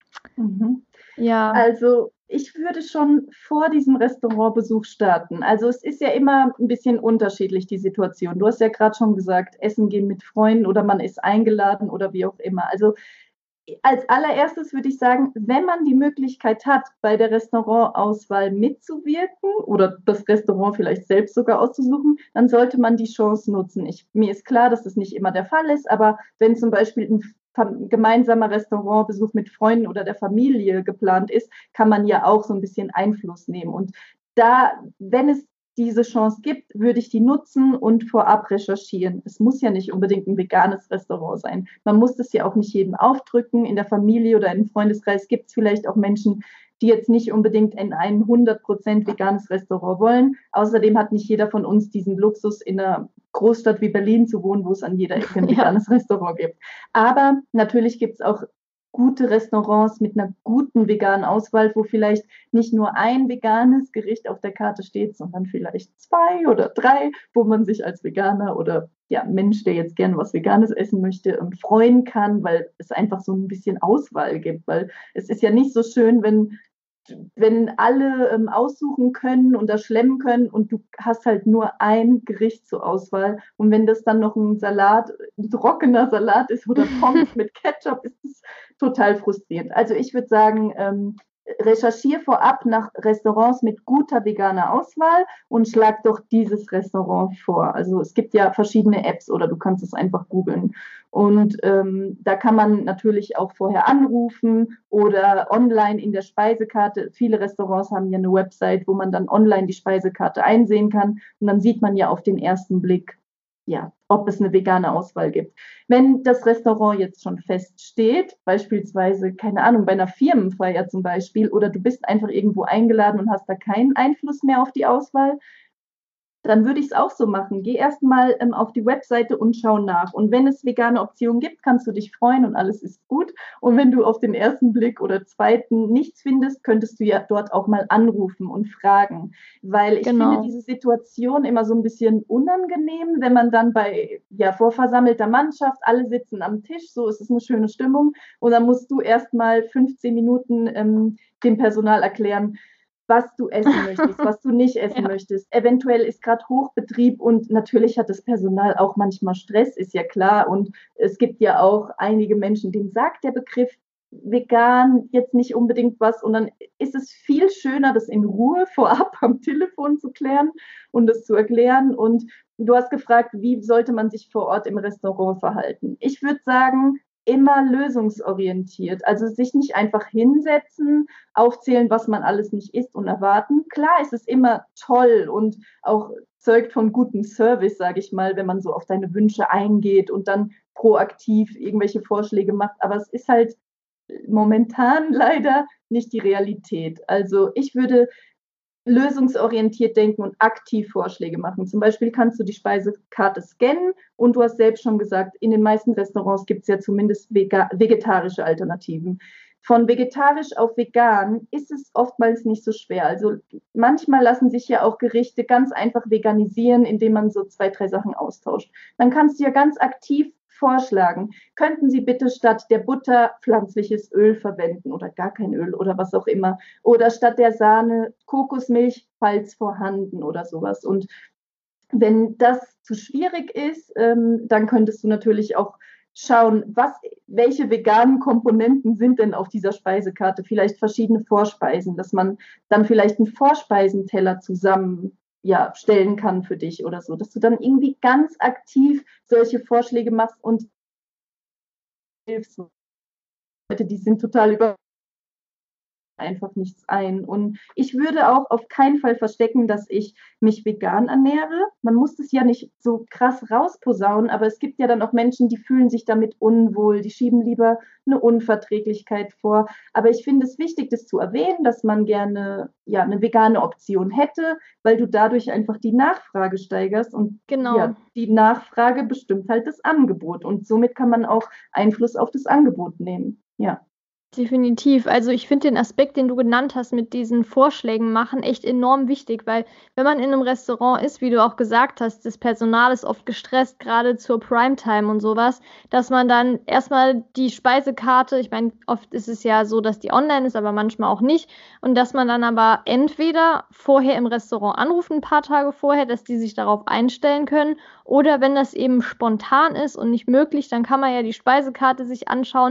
mhm. ja. Also ich würde schon vor diesem Restaurantbesuch starten. Also es ist ja immer ein bisschen unterschiedlich, die Situation. Du hast ja gerade schon gesagt, essen gehen mit Freunden oder man ist eingeladen oder wie auch immer. Also als allererstes würde ich sagen, wenn man die Möglichkeit hat, bei der Restaurantauswahl mitzuwirken oder das Restaurant vielleicht selbst sogar auszusuchen, dann sollte man die Chance nutzen. Ich, mir ist klar, dass das nicht immer der Fall ist, aber wenn zum Beispiel ein gemeinsamer Restaurantbesuch mit Freunden oder der Familie geplant ist, kann man ja auch so ein bisschen Einfluss nehmen. Und da, wenn es diese Chance gibt, würde ich die nutzen und vorab recherchieren. Es muss ja nicht unbedingt ein veganes Restaurant sein. Man muss das ja auch nicht jedem aufdrücken. In der Familie oder im Freundeskreis gibt es vielleicht auch Menschen, die jetzt nicht unbedingt in ein hundert Prozent veganes Restaurant wollen. Außerdem hat nicht jeder von uns diesen Luxus, in einer Großstadt wie Berlin zu wohnen, wo es an jeder Ecke ein veganes ja. Restaurant gibt. Aber natürlich gibt es auch gute Restaurants mit einer guten veganen Auswahl, wo vielleicht nicht nur ein veganes Gericht auf der Karte steht, sondern vielleicht zwei oder drei, wo man sich als Veganer oder ja, Mensch, der jetzt gerne was Veganes essen möchte, freuen kann, weil es einfach so ein bisschen Auswahl gibt. Weil es ist ja nicht so schön, wenn wenn alle ähm, aussuchen können und das schlemmen können und du hast halt nur ein Gericht zur Auswahl und wenn das dann noch ein Salat, ein trockener Salat ist oder Pommes mit Ketchup, ist das total frustrierend. Also ich würde sagen, ähm, recherchiere vorab nach Restaurants mit guter veganer Auswahl und schlag doch dieses Restaurant vor. Also es gibt ja verschiedene Apps oder du kannst es einfach googeln. Und ähm, da kann man natürlich auch vorher anrufen oder online in der Speisekarte. Viele Restaurants haben ja eine Website, wo man dann online die Speisekarte einsehen kann. Und dann sieht man ja auf den ersten Blick, ja, ob es eine vegane Auswahl gibt. Wenn das Restaurant jetzt schon feststeht, beispielsweise, keine Ahnung, bei einer Firmenfeier zum Beispiel, oder du bist einfach irgendwo eingeladen und hast da keinen Einfluss mehr auf die Auswahl, dann würde ich es auch so machen. Geh erstmal ähm, auf die Webseite und schau nach. Und wenn es vegane Optionen gibt, kannst du dich freuen und alles ist gut. Und wenn du auf den ersten Blick oder zweiten nichts findest, könntest du ja dort auch mal anrufen und fragen. Weil ich genau. finde diese Situation immer so ein bisschen unangenehm, wenn man dann bei, ja, vor versammelter Mannschaft, alle sitzen am Tisch, so ist es eine schöne Stimmung. Und dann musst du erstmal fünfzehn Minuten ähm, dem Personal erklären, was du essen möchtest, was du nicht essen ja. möchtest. Eventuell ist gerade Hochbetrieb und natürlich hat das Personal auch manchmal Stress, ist ja klar. Und es gibt ja auch einige Menschen, denen sagt der Begriff vegan jetzt nicht unbedingt was. Und dann ist es viel schöner, das in Ruhe vorab am Telefon zu klären und das zu erklären. Und du hast gefragt, wie sollte man sich vor Ort im Restaurant verhalten? Ich würde sagen, immer lösungsorientiert, also sich nicht einfach hinsetzen, aufzählen, was man alles nicht isst und erwarten. Klar, es ist immer toll und auch zeugt von gutem Service, sage ich mal, wenn man so auf deine Wünsche eingeht und dann proaktiv irgendwelche Vorschläge macht, aber es ist halt momentan leider nicht die Realität. Also ich würde lösungsorientiert denken und aktiv Vorschläge machen. Zum Beispiel kannst du die Speisekarte scannen und du hast selbst schon gesagt, in den meisten Restaurants gibt es ja zumindest vega- vegetarische Alternativen. Von vegetarisch auf vegan ist es oftmals nicht so schwer. Also manchmal lassen sich ja auch Gerichte ganz einfach veganisieren, indem man so zwei, drei Sachen austauscht. Dann kannst du ja ganz aktiv vorschlagen, könnten Sie bitte statt der Butter pflanzliches Öl verwenden oder gar kein Öl oder was auch immer oder statt der Sahne Kokosmilch, falls vorhanden oder sowas. Und wenn das zu schwierig ist, ähm, dann könntest du natürlich auch schauen, was, welche veganen Komponenten sind denn auf dieser Speisekarte, vielleicht verschiedene Vorspeisen, dass man dann vielleicht einen Vorspeisenteller zusammen ja, stellen kann für dich oder so, dass du dann irgendwie ganz aktiv solche Vorschläge machst und hilfst. Leute, die sind total über einfach nichts ein. Und ich würde auch auf keinen Fall verstecken, dass ich mich vegan ernähre. Man muss das ja nicht so krass rausposaunen, aber es gibt ja dann auch Menschen, die fühlen sich damit unwohl, die schieben lieber eine Unverträglichkeit vor. Aber ich finde es wichtig, das zu erwähnen, dass man gerne ja eine vegane Option hätte, weil du dadurch einfach die Nachfrage steigerst und genau. ja, die Nachfrage bestimmt halt das Angebot und somit kann man auch Einfluss auf das Angebot nehmen. Ja. Definitiv. Also ich finde den Aspekt, den du genannt hast, mit diesen Vorschlägen machen, echt enorm wichtig, weil wenn man in einem Restaurant ist, wie du auch gesagt hast, das Personal ist oft gestresst, gerade zur Primetime und sowas, dass man dann erstmal die Speisekarte, ich meine, oft ist es ja so, dass die online ist, aber manchmal auch nicht, und dass man dann aber entweder vorher im Restaurant anruft, ein paar Tage vorher, dass die sich darauf einstellen können, oder wenn das eben spontan ist und nicht möglich, dann kann man ja die Speisekarte sich anschauen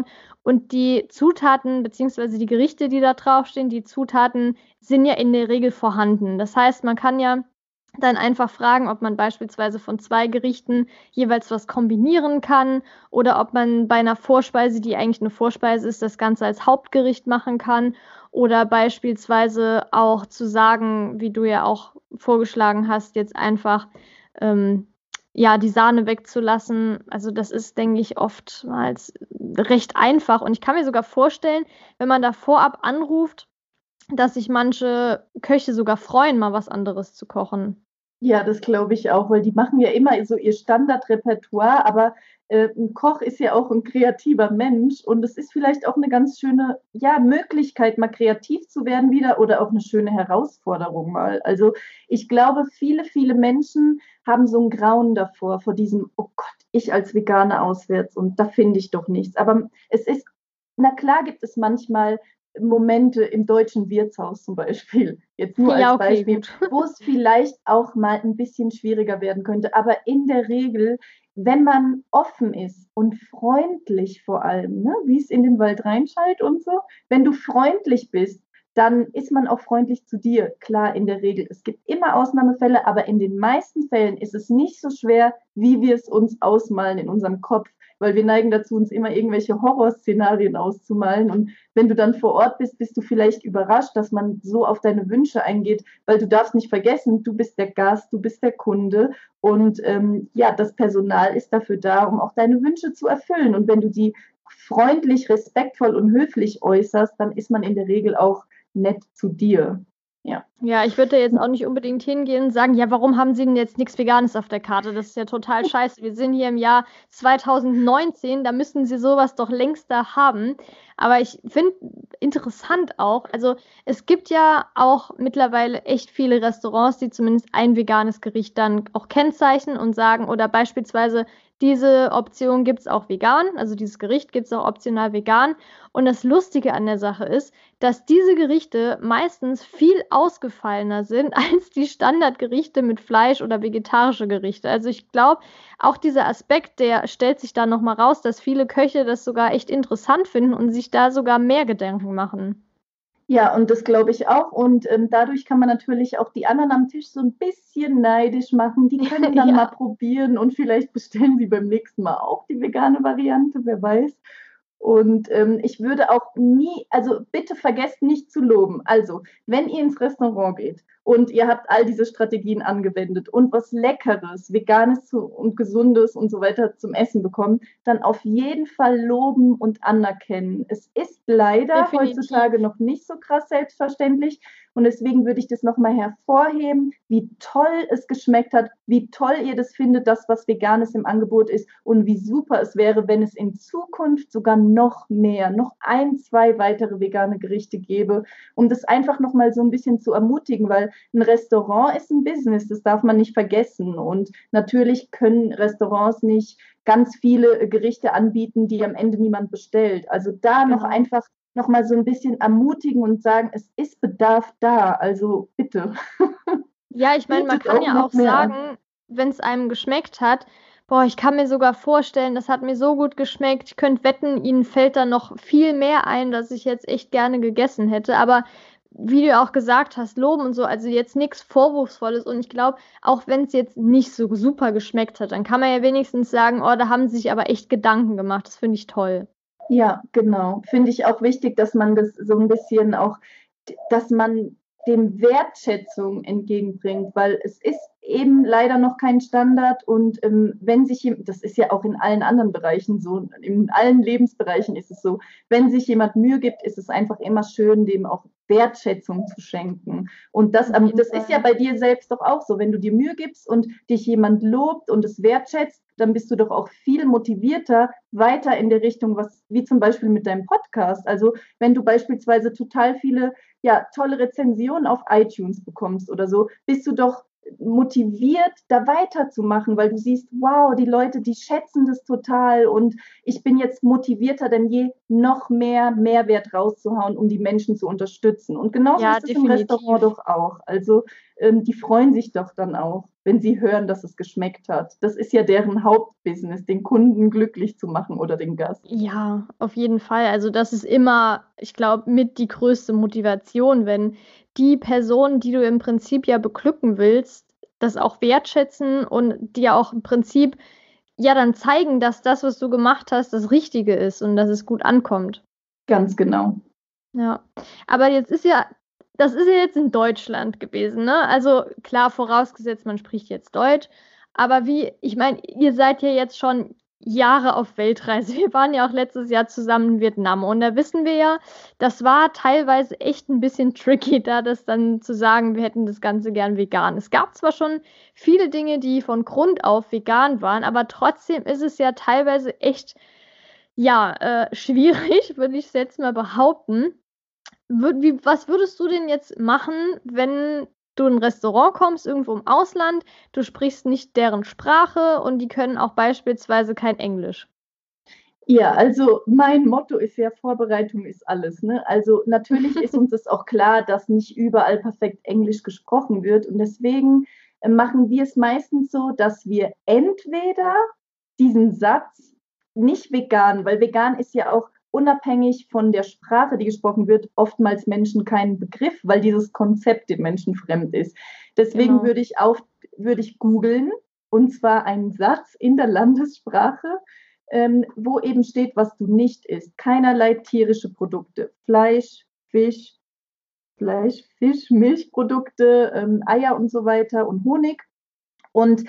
Und die Zutaten beziehungsweise die Gerichte, die da draufstehen, die Zutaten sind ja in der Regel vorhanden. Das heißt, man kann ja dann einfach fragen, ob man beispielsweise von zwei Gerichten jeweils was kombinieren kann oder ob man bei einer Vorspeise, die eigentlich eine Vorspeise ist, das Ganze als Hauptgericht machen kann oder beispielsweise auch zu sagen, wie du ja auch vorgeschlagen hast, jetzt einfach ähm, ja, die Sahne wegzulassen. Also das ist, denke ich, oftmals recht einfach und ich kann mir sogar vorstellen, wenn man da vorab anruft, dass sich manche Köche sogar freuen, mal was anderes zu kochen. Ja, das glaube ich auch, weil die machen ja immer so ihr Standardrepertoire, aber äh, ein Koch ist ja auch ein kreativer Mensch und es ist vielleicht auch eine ganz schöne, ja, Möglichkeit, mal kreativ zu werden wieder oder auch eine schöne Herausforderung mal. Also ich glaube, viele, viele Menschen haben so ein Grauen davor, vor diesem, oh Gott, ich als Veganer auswärts und da finde ich doch nichts. Aber es ist, na klar gibt es manchmal Momente im deutschen Wirtshaus zum Beispiel, jetzt nur als Ja, okay, Beispiel, gut. wo es vielleicht auch mal ein bisschen schwieriger werden könnte. Aber in der Regel, wenn man offen ist und freundlich vor allem, ne, wie es in den Wald reinschallt und so, wenn du freundlich bist, dann ist man auch freundlich zu dir. Klar, in der Regel. Es gibt immer Ausnahmefälle, aber in den meisten Fällen ist es nicht so schwer, wie wir es uns ausmalen in unserem Kopf, weil wir neigen dazu, uns immer irgendwelche Horrorszenarien auszumalen. Und wenn du dann vor Ort bist, bist du vielleicht überrascht, dass man so auf deine Wünsche eingeht, weil du darfst nicht vergessen, du bist der Gast, du bist der Kunde und ähm, ja, das Personal ist dafür da, um auch deine Wünsche zu erfüllen. Und wenn du die freundlich, respektvoll und höflich äußerst, dann ist man in der Regel auch nett zu dir. Ja. Ja, ich würde da jetzt auch nicht unbedingt hingehen und sagen, ja, warum haben Sie denn jetzt nichts Veganes auf der Karte? Das ist ja total scheiße. Wir sind hier im Jahr zweitausendneunzehn, da müssten Sie sowas doch längst da haben. Aber ich finde interessant auch, also es gibt ja auch mittlerweile echt viele Restaurants, die zumindest ein veganes Gericht dann auch kennzeichnen und sagen, oder beispielsweise diese Option gibt es auch vegan, also dieses Gericht gibt es auch optional vegan. Und das Lustige an der Sache ist, dass diese Gerichte meistens viel ausgefallener sind als die Standardgerichte mit Fleisch oder vegetarische Gerichte. Also ich glaube, auch dieser Aspekt, der stellt sich da nochmal raus, dass viele Köche das sogar echt interessant finden und sich da sogar mehr Gedanken machen. Ja, und das glaube ich auch. Und ähm, dadurch kann man natürlich auch die anderen am Tisch so ein bisschen neidisch machen. Die können dann Ja. mal probieren und vielleicht bestellen sie beim nächsten Mal auch die vegane Variante, wer weiß. Und ähm, ich würde auch nie, also bitte vergesst nicht zu loben. Also, wenn ihr ins Restaurant geht und ihr habt all diese Strategien angewendet und was Leckeres, Veganes zu, und Gesundes und so weiter zum Essen bekommen, dann auf jeden Fall loben und anerkennen. Es ist leider Definitiv. heutzutage noch nicht so krass selbstverständlich. Und deswegen würde ich das nochmal hervorheben, wie toll es geschmeckt hat, wie toll ihr das findet, das, was Veganes im Angebot ist und wie super es wäre, wenn es in Zukunft sogar noch mehr, noch ein, zwei weitere vegane Gerichte gäbe, um das einfach nochmal so ein bisschen zu ermutigen, weil ein Restaurant ist ein Business, das darf man nicht vergessen. Und natürlich können Restaurants nicht ganz viele Gerichte anbieten, die am Ende niemand bestellt. Also da Genau. noch einfach noch mal so ein bisschen ermutigen und sagen, es ist Bedarf da, also bitte. Ja, ich meine, man Bietet kann auch ja noch auch mehr an. sagen, wenn es einem geschmeckt hat, boah, ich kann mir sogar vorstellen, das hat mir so gut geschmeckt. Ich könnte wetten, Ihnen fällt da noch viel mehr ein, dass ich jetzt echt gerne gegessen hätte. Aber wie du auch gesagt hast, loben und so, also jetzt nichts Vorwurfsvolles. Und ich glaube, auch wenn es jetzt nicht so super geschmeckt hat, dann kann man ja wenigstens sagen, oh, da haben sie sich aber echt Gedanken gemacht. Das finde ich toll. Ja, genau. Finde ich auch wichtig, dass man das so ein bisschen auch, dass man dem Wertschätzung entgegenbringt, weil es ist eben leider noch kein Standard und ähm, wenn sich jemand, das ist ja auch in allen anderen Bereichen so, in allen Lebensbereichen ist es so, wenn sich jemand Mühe gibt, ist es einfach immer schön, dem auch Wertschätzung zu schenken. Und das, Auf jeden das ist ja Fall. bei dir selbst doch auch so, wenn du dir Mühe gibst und dich jemand lobt und es wertschätzt, dann bist du doch auch viel motivierter weiter in der Richtung, was wie zum Beispiel mit deinem Podcast. Also wenn du beispielsweise total viele ja, tolle Rezensionen auf iTunes bekommst oder so, bist du doch motiviert, da weiterzumachen, weil du siehst, wow, die Leute, die schätzen das total und ich bin jetzt motivierter denn je, noch mehr Mehrwert rauszuhauen, um die Menschen zu unterstützen. Und genauso Ja, ist es im Restaurant definitiv. doch auch. Also ähm, die freuen sich doch dann auch, wenn sie hören, dass es geschmeckt hat. Das ist ja deren Hauptbusiness, den Kunden glücklich zu machen oder den Gast. Ja, auf jeden Fall. Also das ist immer, ich glaube, mit die größte Motivation, wenn die Personen, die du im Prinzip ja beglücken willst, das auch wertschätzen und dir auch im Prinzip ja dann zeigen, dass das, was du gemacht hast, das Richtige ist und dass es gut ankommt. Ganz genau. Ja, aber jetzt ist ja, das ist ja jetzt in Deutschland gewesen, ne? Also klar, vorausgesetzt, man spricht jetzt Deutsch, aber wie, ich meine, ihr seid ja jetzt schon Jahre auf Weltreise. Wir waren ja auch letztes Jahr zusammen in Vietnam und da wissen wir ja, das war teilweise echt ein bisschen tricky, da das dann zu sagen, wir hätten das Ganze gern vegan. Es gab zwar schon viele Dinge, die von Grund auf vegan waren, aber trotzdem ist es ja teilweise echt, ja, äh, schwierig, würde ich jetzt mal behaupten. Wür- Wie, was würdest du denn jetzt machen, wenn du in ein Restaurant kommst, irgendwo im Ausland, du sprichst nicht deren Sprache und die können auch beispielsweise kein Englisch? Ja, also mein Motto ist ja, Vorbereitung ist alles. Ne? Also natürlich ist uns es auch klar, dass nicht überall perfekt Englisch gesprochen wird. Und deswegen äh, machen wir es meistens so, dass wir entweder diesen Satz nicht vegan, weil vegan ist ja auch unabhängig von der Sprache, die gesprochen wird, oftmals Menschen keinen Begriff, weil dieses Konzept den Menschen fremd ist. Deswegen Genau. würde ich auf, würde ich googeln, und zwar einen Satz in der Landessprache, ähm, wo eben steht, was du nicht isst. Keinerlei tierische Produkte, Fleisch, Fisch, Fleisch, Fisch, Milchprodukte, ähm, Eier und so weiter und Honig. Und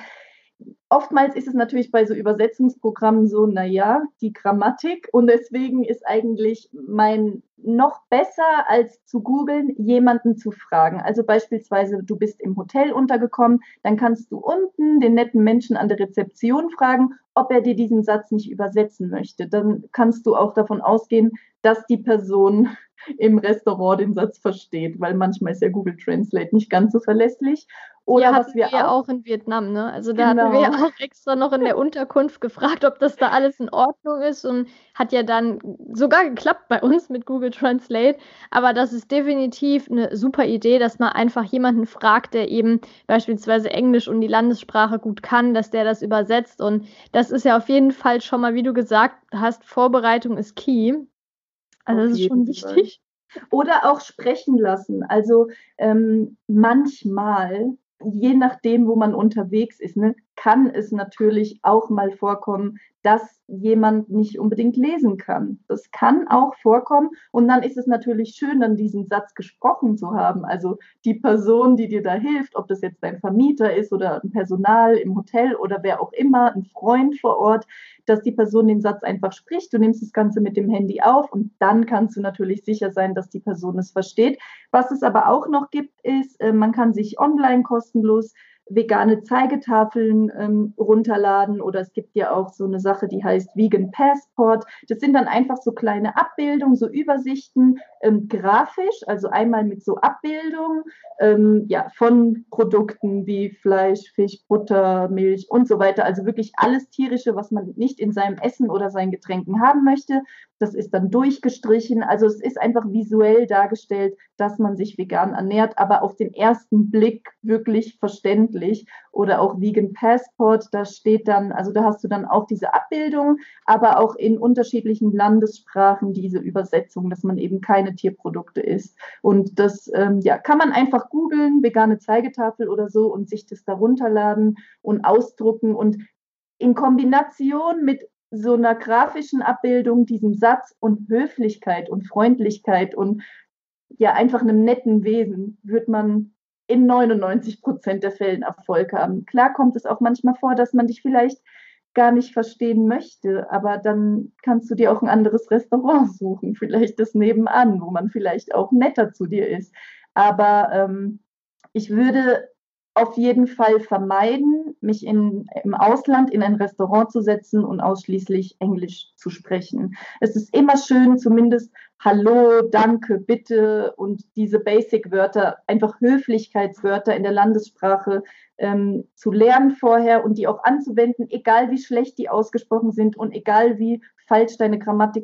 oftmals ist es natürlich bei so Übersetzungsprogrammen so, naja, die Grammatik. Und deswegen ist eigentlich mein noch besser als zu googeln, jemanden zu fragen. Also beispielsweise, du bist im Hotel untergekommen, dann kannst du unten den netten Menschen an der Rezeption fragen, ob er dir diesen Satz nicht übersetzen möchte. Dann kannst du auch davon ausgehen, dass die Person im Restaurant den Satz versteht, weil manchmal ist ja Google Translate nicht ganz so verlässlich. Oder Ja, was hatten wir wir ja auch, auch in Vietnam, ne? Also da hatten wir ja genau, auch extra noch in der Unterkunft gefragt, ob das da alles in Ordnung ist und hat ja dann sogar geklappt bei uns mit Google Translate. Aber das ist definitiv eine super Idee, dass man einfach jemanden fragt, der eben beispielsweise Englisch und die Landessprache gut kann, dass der das übersetzt. Und das ist ja auf jeden Fall schon mal, wie du gesagt hast, Vorbereitung ist key. Also auf das ist schon jeden Fall. wichtig. Oder auch sprechen lassen. Also ähm, manchmal, je nachdem, wo man unterwegs ist, ne, kann es natürlich auch mal vorkommen, dass jemand nicht unbedingt lesen kann. Das kann auch vorkommen. Und dann ist es natürlich schön, dann diesen Satz gesprochen zu haben. Also die Person, die dir da hilft, ob das jetzt dein Vermieter ist oder ein Personal im Hotel oder wer auch immer, ein Freund vor Ort, dass die Person den Satz einfach spricht. Du nimmst das Ganze mit dem Handy auf und dann kannst du natürlich sicher sein, dass die Person es versteht. Was es aber auch noch gibt, ist, äh, man kann sich online kostenlos vegane Zeigetafeln ähm, runterladen, oder es gibt ja auch so eine Sache, die heißt Vegan Passport. Das sind dann einfach so kleine Abbildungen, so Übersichten, ähm, grafisch, also einmal mit so Abbildungen ähm, ja, von Produkten wie Fleisch, Fisch, Butter, Milch und so weiter. Also wirklich alles Tierische, was man nicht in seinem Essen oder seinen Getränken haben möchte. Das ist dann durchgestrichen. Also es ist einfach visuell dargestellt, dass man sich vegan ernährt, aber auf den ersten Blick wirklich verständlich. Oder auch Vegan Passport, da steht dann, also da hast du dann auch diese Abbildung, aber auch in unterschiedlichen Landessprachen diese Übersetzung, dass man eben keine Tierprodukte isst. Und das ähm, ja, kann man einfach googeln, vegane Zeigetafel oder so, und sich das da runterladen und ausdrucken. Und in Kombination mit so einer grafischen Abbildung, diesem Satz und Höflichkeit und Freundlichkeit und ja einfach einem netten Wesen, wird man in neunundneunzig Prozent der Fällen Erfolg haben. Klar kommt es auch manchmal vor, dass man dich vielleicht gar nicht verstehen möchte, aber dann kannst du dir auch ein anderes Restaurant suchen, vielleicht das nebenan, wo man vielleicht auch netter zu dir ist. Aber ähm, ich würde auf jeden Fall vermeiden, mich in, im Ausland in ein Restaurant zu setzen und ausschließlich Englisch zu sprechen. Es ist immer schön, zumindest Hallo, Danke, Bitte und diese Basic-Wörter, einfach Höflichkeitswörter in der Landessprache ähm, zu lernen vorher und die auch anzuwenden, egal wie schlecht die ausgesprochen sind und egal wie falsch deine Grammatik ist.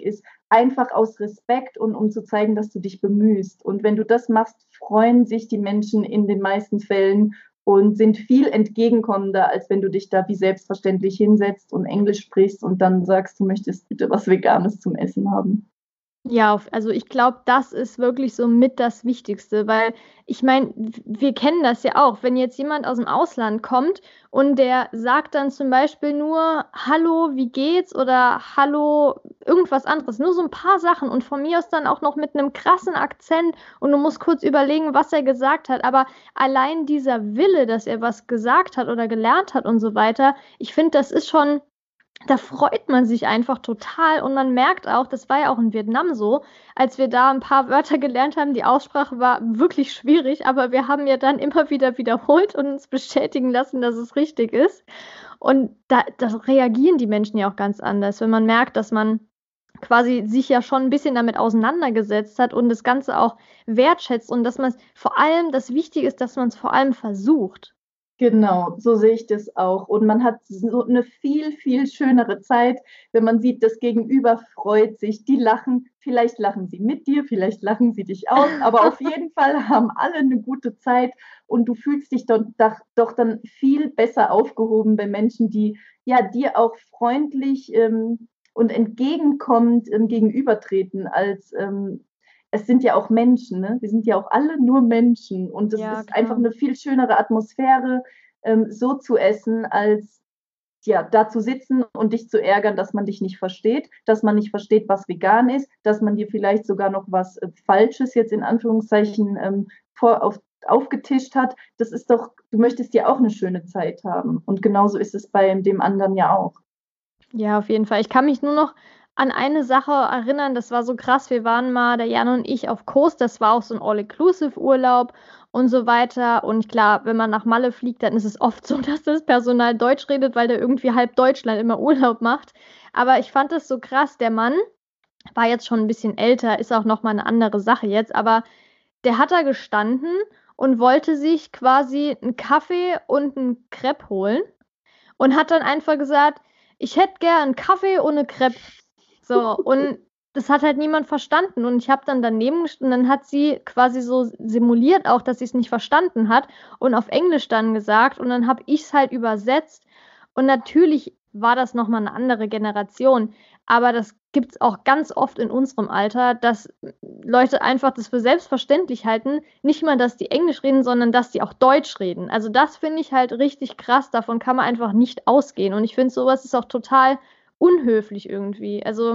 einfach aus Respekt und um zu zeigen, dass du dich bemühst. Und wenn du das machst, freuen sich die Menschen in den meisten Fällen und sind viel entgegenkommender, als wenn du dich da wie selbstverständlich hinsetzt und Englisch sprichst und dann sagst, du möchtest bitte was Veganes zum Essen haben. Ja, auf- also ich glaube, das ist wirklich so mit das Wichtigste, weil ich meine, wir kennen das ja auch, wenn jetzt jemand aus dem Ausland kommt und der sagt dann zum Beispiel nur Hallo, wie geht's oder Hallo, irgendwas anderes, nur so ein paar Sachen und von mir aus dann auch noch mit einem krassen Akzent und du musst kurz überlegen, was er gesagt hat, aber allein dieser Wille, dass er was gesagt hat oder gelernt hat und so weiter, ich finde, das ist schon. Da freut man sich einfach total und man merkt auch, das war ja auch in Vietnam so, als wir da ein paar Wörter gelernt haben, die Aussprache war wirklich schwierig, aber wir haben ja dann immer wieder wiederholt und uns bestätigen lassen, dass es richtig ist. Und da, da reagieren die Menschen ja auch ganz anders, wenn man merkt, dass man quasi sich ja schon ein bisschen damit auseinandergesetzt hat und das Ganze auch wertschätzt und dass man es vor allem, das Wichtige ist, dass man es vor allem versucht. Genau, so sehe ich das auch. Und man hat so eine viel, viel schönere Zeit, wenn man sieht, das Gegenüber freut sich, die lachen. Vielleicht lachen sie mit dir, vielleicht lachen sie dich aus, aber auf jeden Fall haben alle eine gute Zeit und du fühlst dich doch, doch dann viel besser aufgehoben bei Menschen, die ja dir auch freundlich ähm, und entgegenkommend ähm, gegenübertreten, als ähm, es sind ja auch Menschen, ne? Wir sind ja auch alle nur Menschen und es Ja, ist einfach klar. eine viel schönere Atmosphäre, ähm, so zu essen, als ja, da zu sitzen und dich zu ärgern, dass man dich nicht versteht, dass man nicht versteht, was vegan ist, dass man dir vielleicht sogar noch was äh, Falsches jetzt in Anführungszeichen ähm, vor, auf, aufgetischt hat. Das ist doch, du möchtest ja auch eine schöne Zeit haben. Und genauso ist es bei dem anderen ja auch. Ja, auf jeden Fall. Ich kann mich nur noch an eine Sache erinnern, das war so krass. Wir waren mal, der Jan und ich, auf Kos, das war auch so ein All-Inclusive-Urlaub und so weiter. Und klar, wenn man nach Malle fliegt, dann ist es oft so, dass das Personal Deutsch redet, weil da irgendwie halb Deutschland immer Urlaub macht. Aber ich fand das so krass. Der Mann war jetzt schon ein bisschen älter, ist auch noch mal eine andere Sache jetzt, aber der hat da gestanden und wollte sich quasi einen Kaffee und einen Crepe holen und hat dann einfach gesagt, ich hätte gern einen Kaffee und eine Crepe. So, und das hat halt niemand verstanden. Und ich habe dann daneben gestanden und dann hat sie quasi so simuliert auch, dass sie es nicht verstanden hat und auf Englisch dann gesagt. Und dann habe ich es halt übersetzt. Und natürlich war das nochmal eine andere Generation. Aber das gibt es auch ganz oft in unserem Alter, dass Leute einfach das für selbstverständlich halten. Nicht mal, dass die Englisch reden, sondern dass die auch Deutsch reden. Also das finde ich halt richtig krass. Davon kann man einfach nicht ausgehen. Und ich finde, sowas ist auch total unhöflich irgendwie. Also,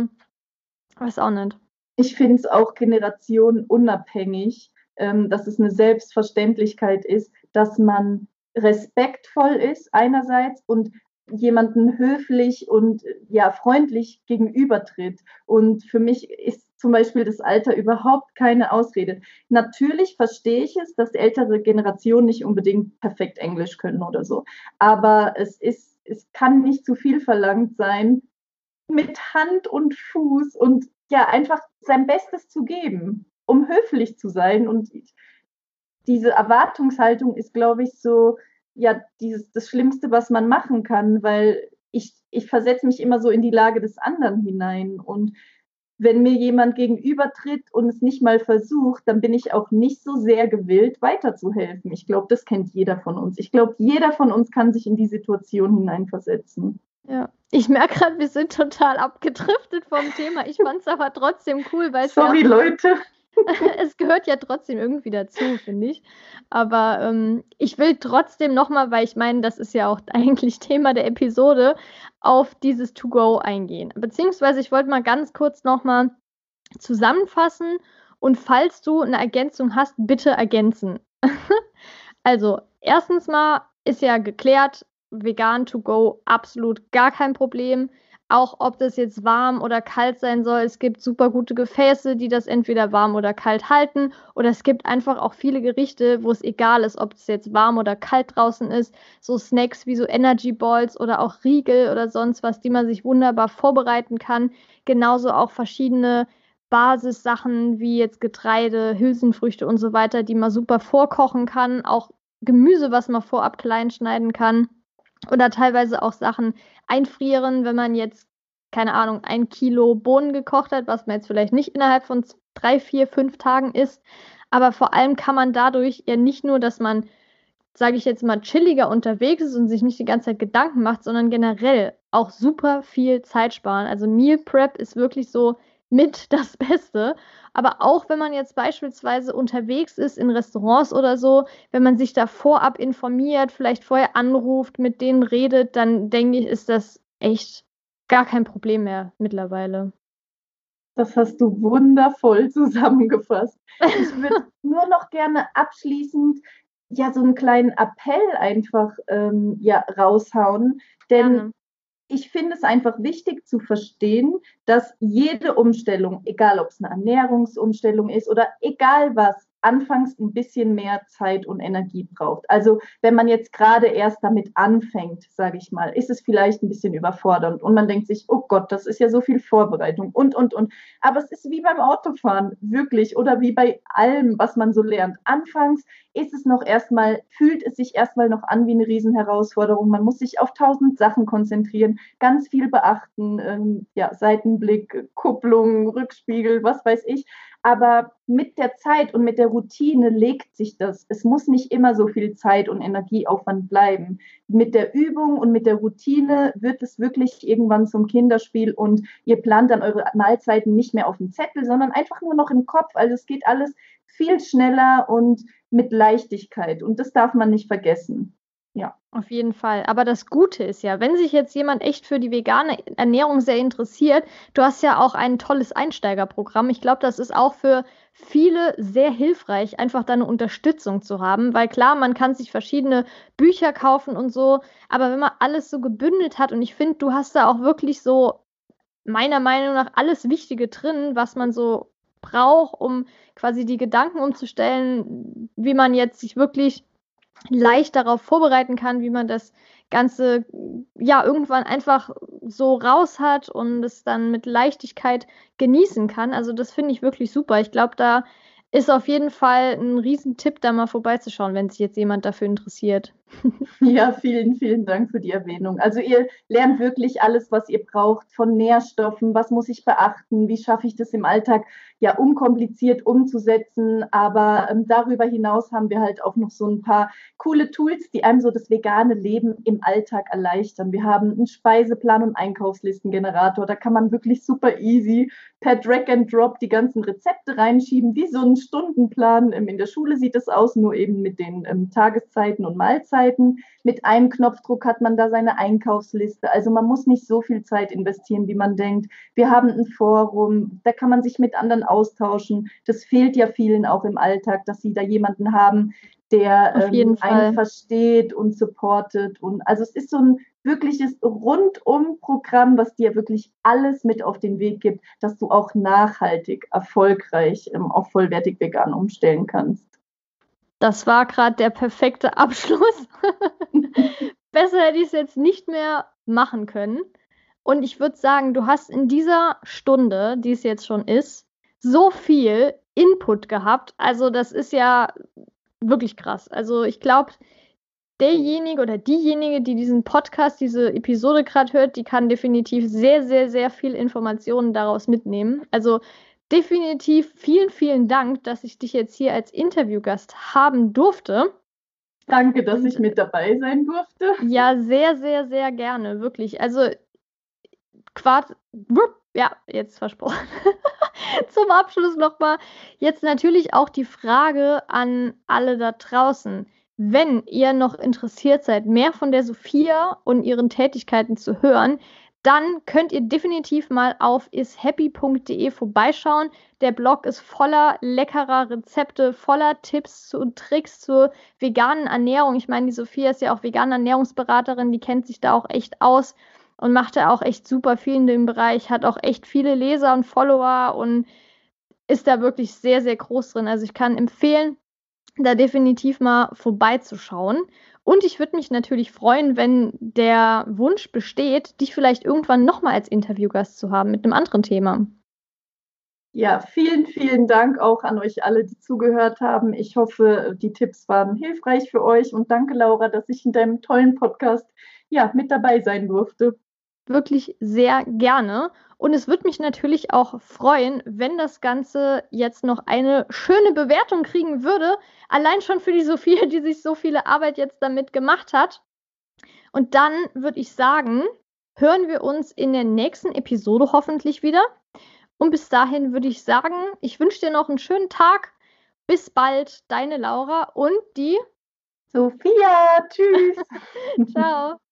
weiß auch nicht. Ich finde es auch generationenunabhängig, ähm, dass es eine Selbstverständlichkeit ist, dass man respektvoll ist einerseits und jemanden höflich und ja freundlich gegenübertritt. Und für mich ist zum Beispiel das Alter überhaupt keine Ausrede. Natürlich verstehe ich es, dass ältere Generationen nicht unbedingt perfekt Englisch können oder so. Aber es ist, es kann nicht zu viel verlangt sein, mit Hand und Fuß und ja, einfach sein Bestes zu geben, um höflich zu sein. Und diese Erwartungshaltung ist, glaube ich, so, ja, dieses, das Schlimmste, was man machen kann, weil ich, ich versetze mich immer so in die Lage des anderen hinein. Und wenn mir jemand gegenübertritt und es nicht mal versucht, dann bin ich auch nicht so sehr gewillt, weiterzuhelfen. Ich glaube, das kennt jeder von uns. Ich glaube, jeder von uns kann sich in die Situation hineinversetzen. Ja, ich merke gerade, wir sind total abgedriftet vom Thema. Ich fand es aber trotzdem cool, weil es Sorry, ja, Leute. es gehört ja trotzdem irgendwie dazu, finde ich. Aber ähm, ich will trotzdem nochmal, weil ich meine, das ist ja auch eigentlich Thema der Episode, auf dieses To-Go eingehen. Beziehungsweise ich wollte mal ganz kurz nochmal zusammenfassen und falls du eine Ergänzung hast, bitte ergänzen. Also, erstens mal ist ja geklärt, vegan to go absolut gar kein Problem. Auch ob das jetzt warm oder kalt sein soll. Es gibt super gute Gefäße, die das entweder warm oder kalt halten. Oder es gibt einfach auch viele Gerichte, wo es egal ist, ob es jetzt warm oder kalt draußen ist. So Snacks wie so Energy Balls oder auch Riegel oder sonst was, die man sich wunderbar vorbereiten kann. Genauso auch verschiedene Basissachen wie jetzt Getreide, Hülsenfrüchte und so weiter, die man super vorkochen kann. Auch Gemüse, was man vorab klein schneiden kann. Oder teilweise auch Sachen einfrieren, wenn man jetzt keine Ahnung, ein Kilo Bohnen gekocht hat, was man jetzt vielleicht nicht innerhalb von drei, vier, fünf Tagen isst. Aber vor allem kann man dadurch ja nicht nur, dass man, sage ich jetzt mal, chilliger unterwegs ist und sich nicht die ganze Zeit Gedanken macht, sondern generell auch super viel Zeit sparen. Also Meal Prep ist wirklich so mit das Beste. Aber auch wenn man jetzt beispielsweise unterwegs ist in Restaurants oder so, wenn man sich da vorab informiert, vielleicht vorher anruft, mit denen redet, dann denke ich, ist das echt gar kein Problem mehr mittlerweile. Das hast du wundervoll zusammengefasst. Ich würde nur noch gerne abschließend ja so einen kleinen Appell einfach ähm, ja, raushauen, denn Gerne. ich finde es einfach wichtig zu verstehen, dass jede Umstellung, egal ob es eine Ernährungsumstellung ist oder egal was, anfangs ein bisschen mehr Zeit und Energie braucht. Also wenn man jetzt gerade erst damit anfängt, sage ich mal, ist es vielleicht ein bisschen überfordernd und man denkt sich, oh Gott, das ist ja so viel Vorbereitung und, und, und. Aber es ist wie beim Autofahren, wirklich, oder wie bei allem, was man so lernt. Anfangs ist es noch erstmal, fühlt es sich erstmal noch an wie eine Riesenherausforderung. Man muss sich auf tausend Sachen konzentrieren, ganz viel beachten, ähm, ja, Seitenblick, Kupplung, Rückspiegel, was weiß ich. Aber mit der Zeit und mit der Routine legt sich das. Es muss nicht immer so viel Zeit und Energieaufwand bleiben. Mit der Übung und mit der Routine wird es wirklich irgendwann zum Kinderspiel und ihr plant dann eure Mahlzeiten nicht mehr auf dem Zettel, sondern einfach nur noch im Kopf. Also es geht alles viel schneller und mit Leichtigkeit. Und das darf man nicht vergessen. Ja. Auf jeden Fall. Aber das Gute ist ja, wenn sich jetzt jemand echt für die vegane Ernährung sehr interessiert, du hast ja auch ein tolles Einsteigerprogramm. Ich glaube, das ist auch für viele sehr hilfreich, einfach da eine Unterstützung zu haben, weil klar, man kann sich verschiedene Bücher kaufen und so, aber wenn man alles so gebündelt hat und ich finde, du hast da auch wirklich so meiner Meinung nach alles Wichtige drin, was man so braucht, um quasi die Gedanken umzustellen, wie man jetzt sich wirklich leicht darauf vorbereiten kann, wie man das Ganze ja irgendwann einfach so raus hat und es dann mit Leichtigkeit genießen kann. Also das finde ich wirklich super. Ich glaube, da ist auf jeden Fall ein Riesentipp, da mal vorbeizuschauen, wenn sich jetzt jemand dafür interessiert. Ja, vielen, vielen Dank für die Erwähnung. Also ihr lernt wirklich alles, was ihr braucht, von Nährstoffen, was muss ich beachten, wie schaffe ich das im Alltag ja unkompliziert umzusetzen. Aber ähm, darüber hinaus haben wir halt auch noch so ein paar coole Tools, die einem so das vegane Leben im Alltag erleichtern. Wir haben einen Speiseplan und Einkaufslistengenerator. Da kann man wirklich super easy per Drag and Drop die ganzen Rezepte reinschieben, wie so ein Stundenplan. Ähm, in der Schule sieht es aus, nur eben mit den ähm, Tageszeiten und Mahlzeiten. Mit einem Knopfdruck hat man da seine Einkaufsliste. Also man muss nicht so viel Zeit investieren, wie man denkt. Wir haben ein Forum, da kann man sich mit anderen austauschen. Das fehlt ja vielen auch im Alltag, dass sie da jemanden haben, der ähm, einen versteht und supportet. Und also es ist so ein wirkliches Rundum-Programm, was dir wirklich alles mit auf den Weg gibt, dass du auch nachhaltig, erfolgreich ähm, auf vollwertig vegan umstellen kannst. Das war gerade der perfekte Abschluss. Besser hätte ich es jetzt nicht mehr machen können. Und ich würde sagen, du hast in dieser Stunde, die es jetzt schon ist, so viel Input gehabt. Also das ist ja wirklich krass. Also ich glaube, derjenige oder diejenige, die diesen Podcast, diese Episode gerade hört, die kann definitiv sehr, sehr, sehr viel Informationen daraus mitnehmen. Also definitiv vielen, vielen Dank, dass ich dich jetzt hier als Interviewgast haben durfte. Danke, dass Und, ich mit dabei sein durfte. Ja, sehr, sehr, sehr gerne, wirklich. Also, Quart, ja, jetzt versprochen. Zum Abschluss nochmal. Jetzt natürlich auch die Frage an alle da draußen. Wenn ihr noch interessiert seid, mehr von der Sophia und ihren Tätigkeiten zu hören, dann könnt ihr definitiv mal auf ishappy punkt de vorbeischauen. Der Blog ist voller leckerer Rezepte, voller Tipps und Tricks zur veganen Ernährung. Ich meine, die Sophia ist ja auch vegane Ernährungsberaterin, die kennt sich da auch echt aus und macht da auch echt super viel in dem Bereich, hat auch echt viele Leser und Follower und ist da wirklich sehr, sehr groß drin. Also ich kann empfehlen, da definitiv mal vorbeizuschauen. Und ich würde mich natürlich freuen, wenn der Wunsch besteht, dich vielleicht irgendwann nochmal als Interviewgast zu haben mit einem anderen Thema. Ja, vielen, vielen Dank auch an euch alle, die zugehört haben. Ich hoffe, die Tipps waren hilfreich für euch und danke, Laura, dass ich in deinem tollen Podcast ja, mit dabei sein durfte. wirklich sehr gerne. Und es würde mich natürlich auch freuen, wenn das Ganze jetzt noch eine schöne Bewertung kriegen würde. Allein schon für die Sophia, die sich so viele Arbeit jetzt damit gemacht hat. Und dann würde ich sagen, hören wir uns in der nächsten Episode hoffentlich wieder. Und bis dahin würde ich sagen, ich wünsche dir noch einen schönen Tag. Bis bald, deine Laura und die Sophia. Tschüss. Ciao.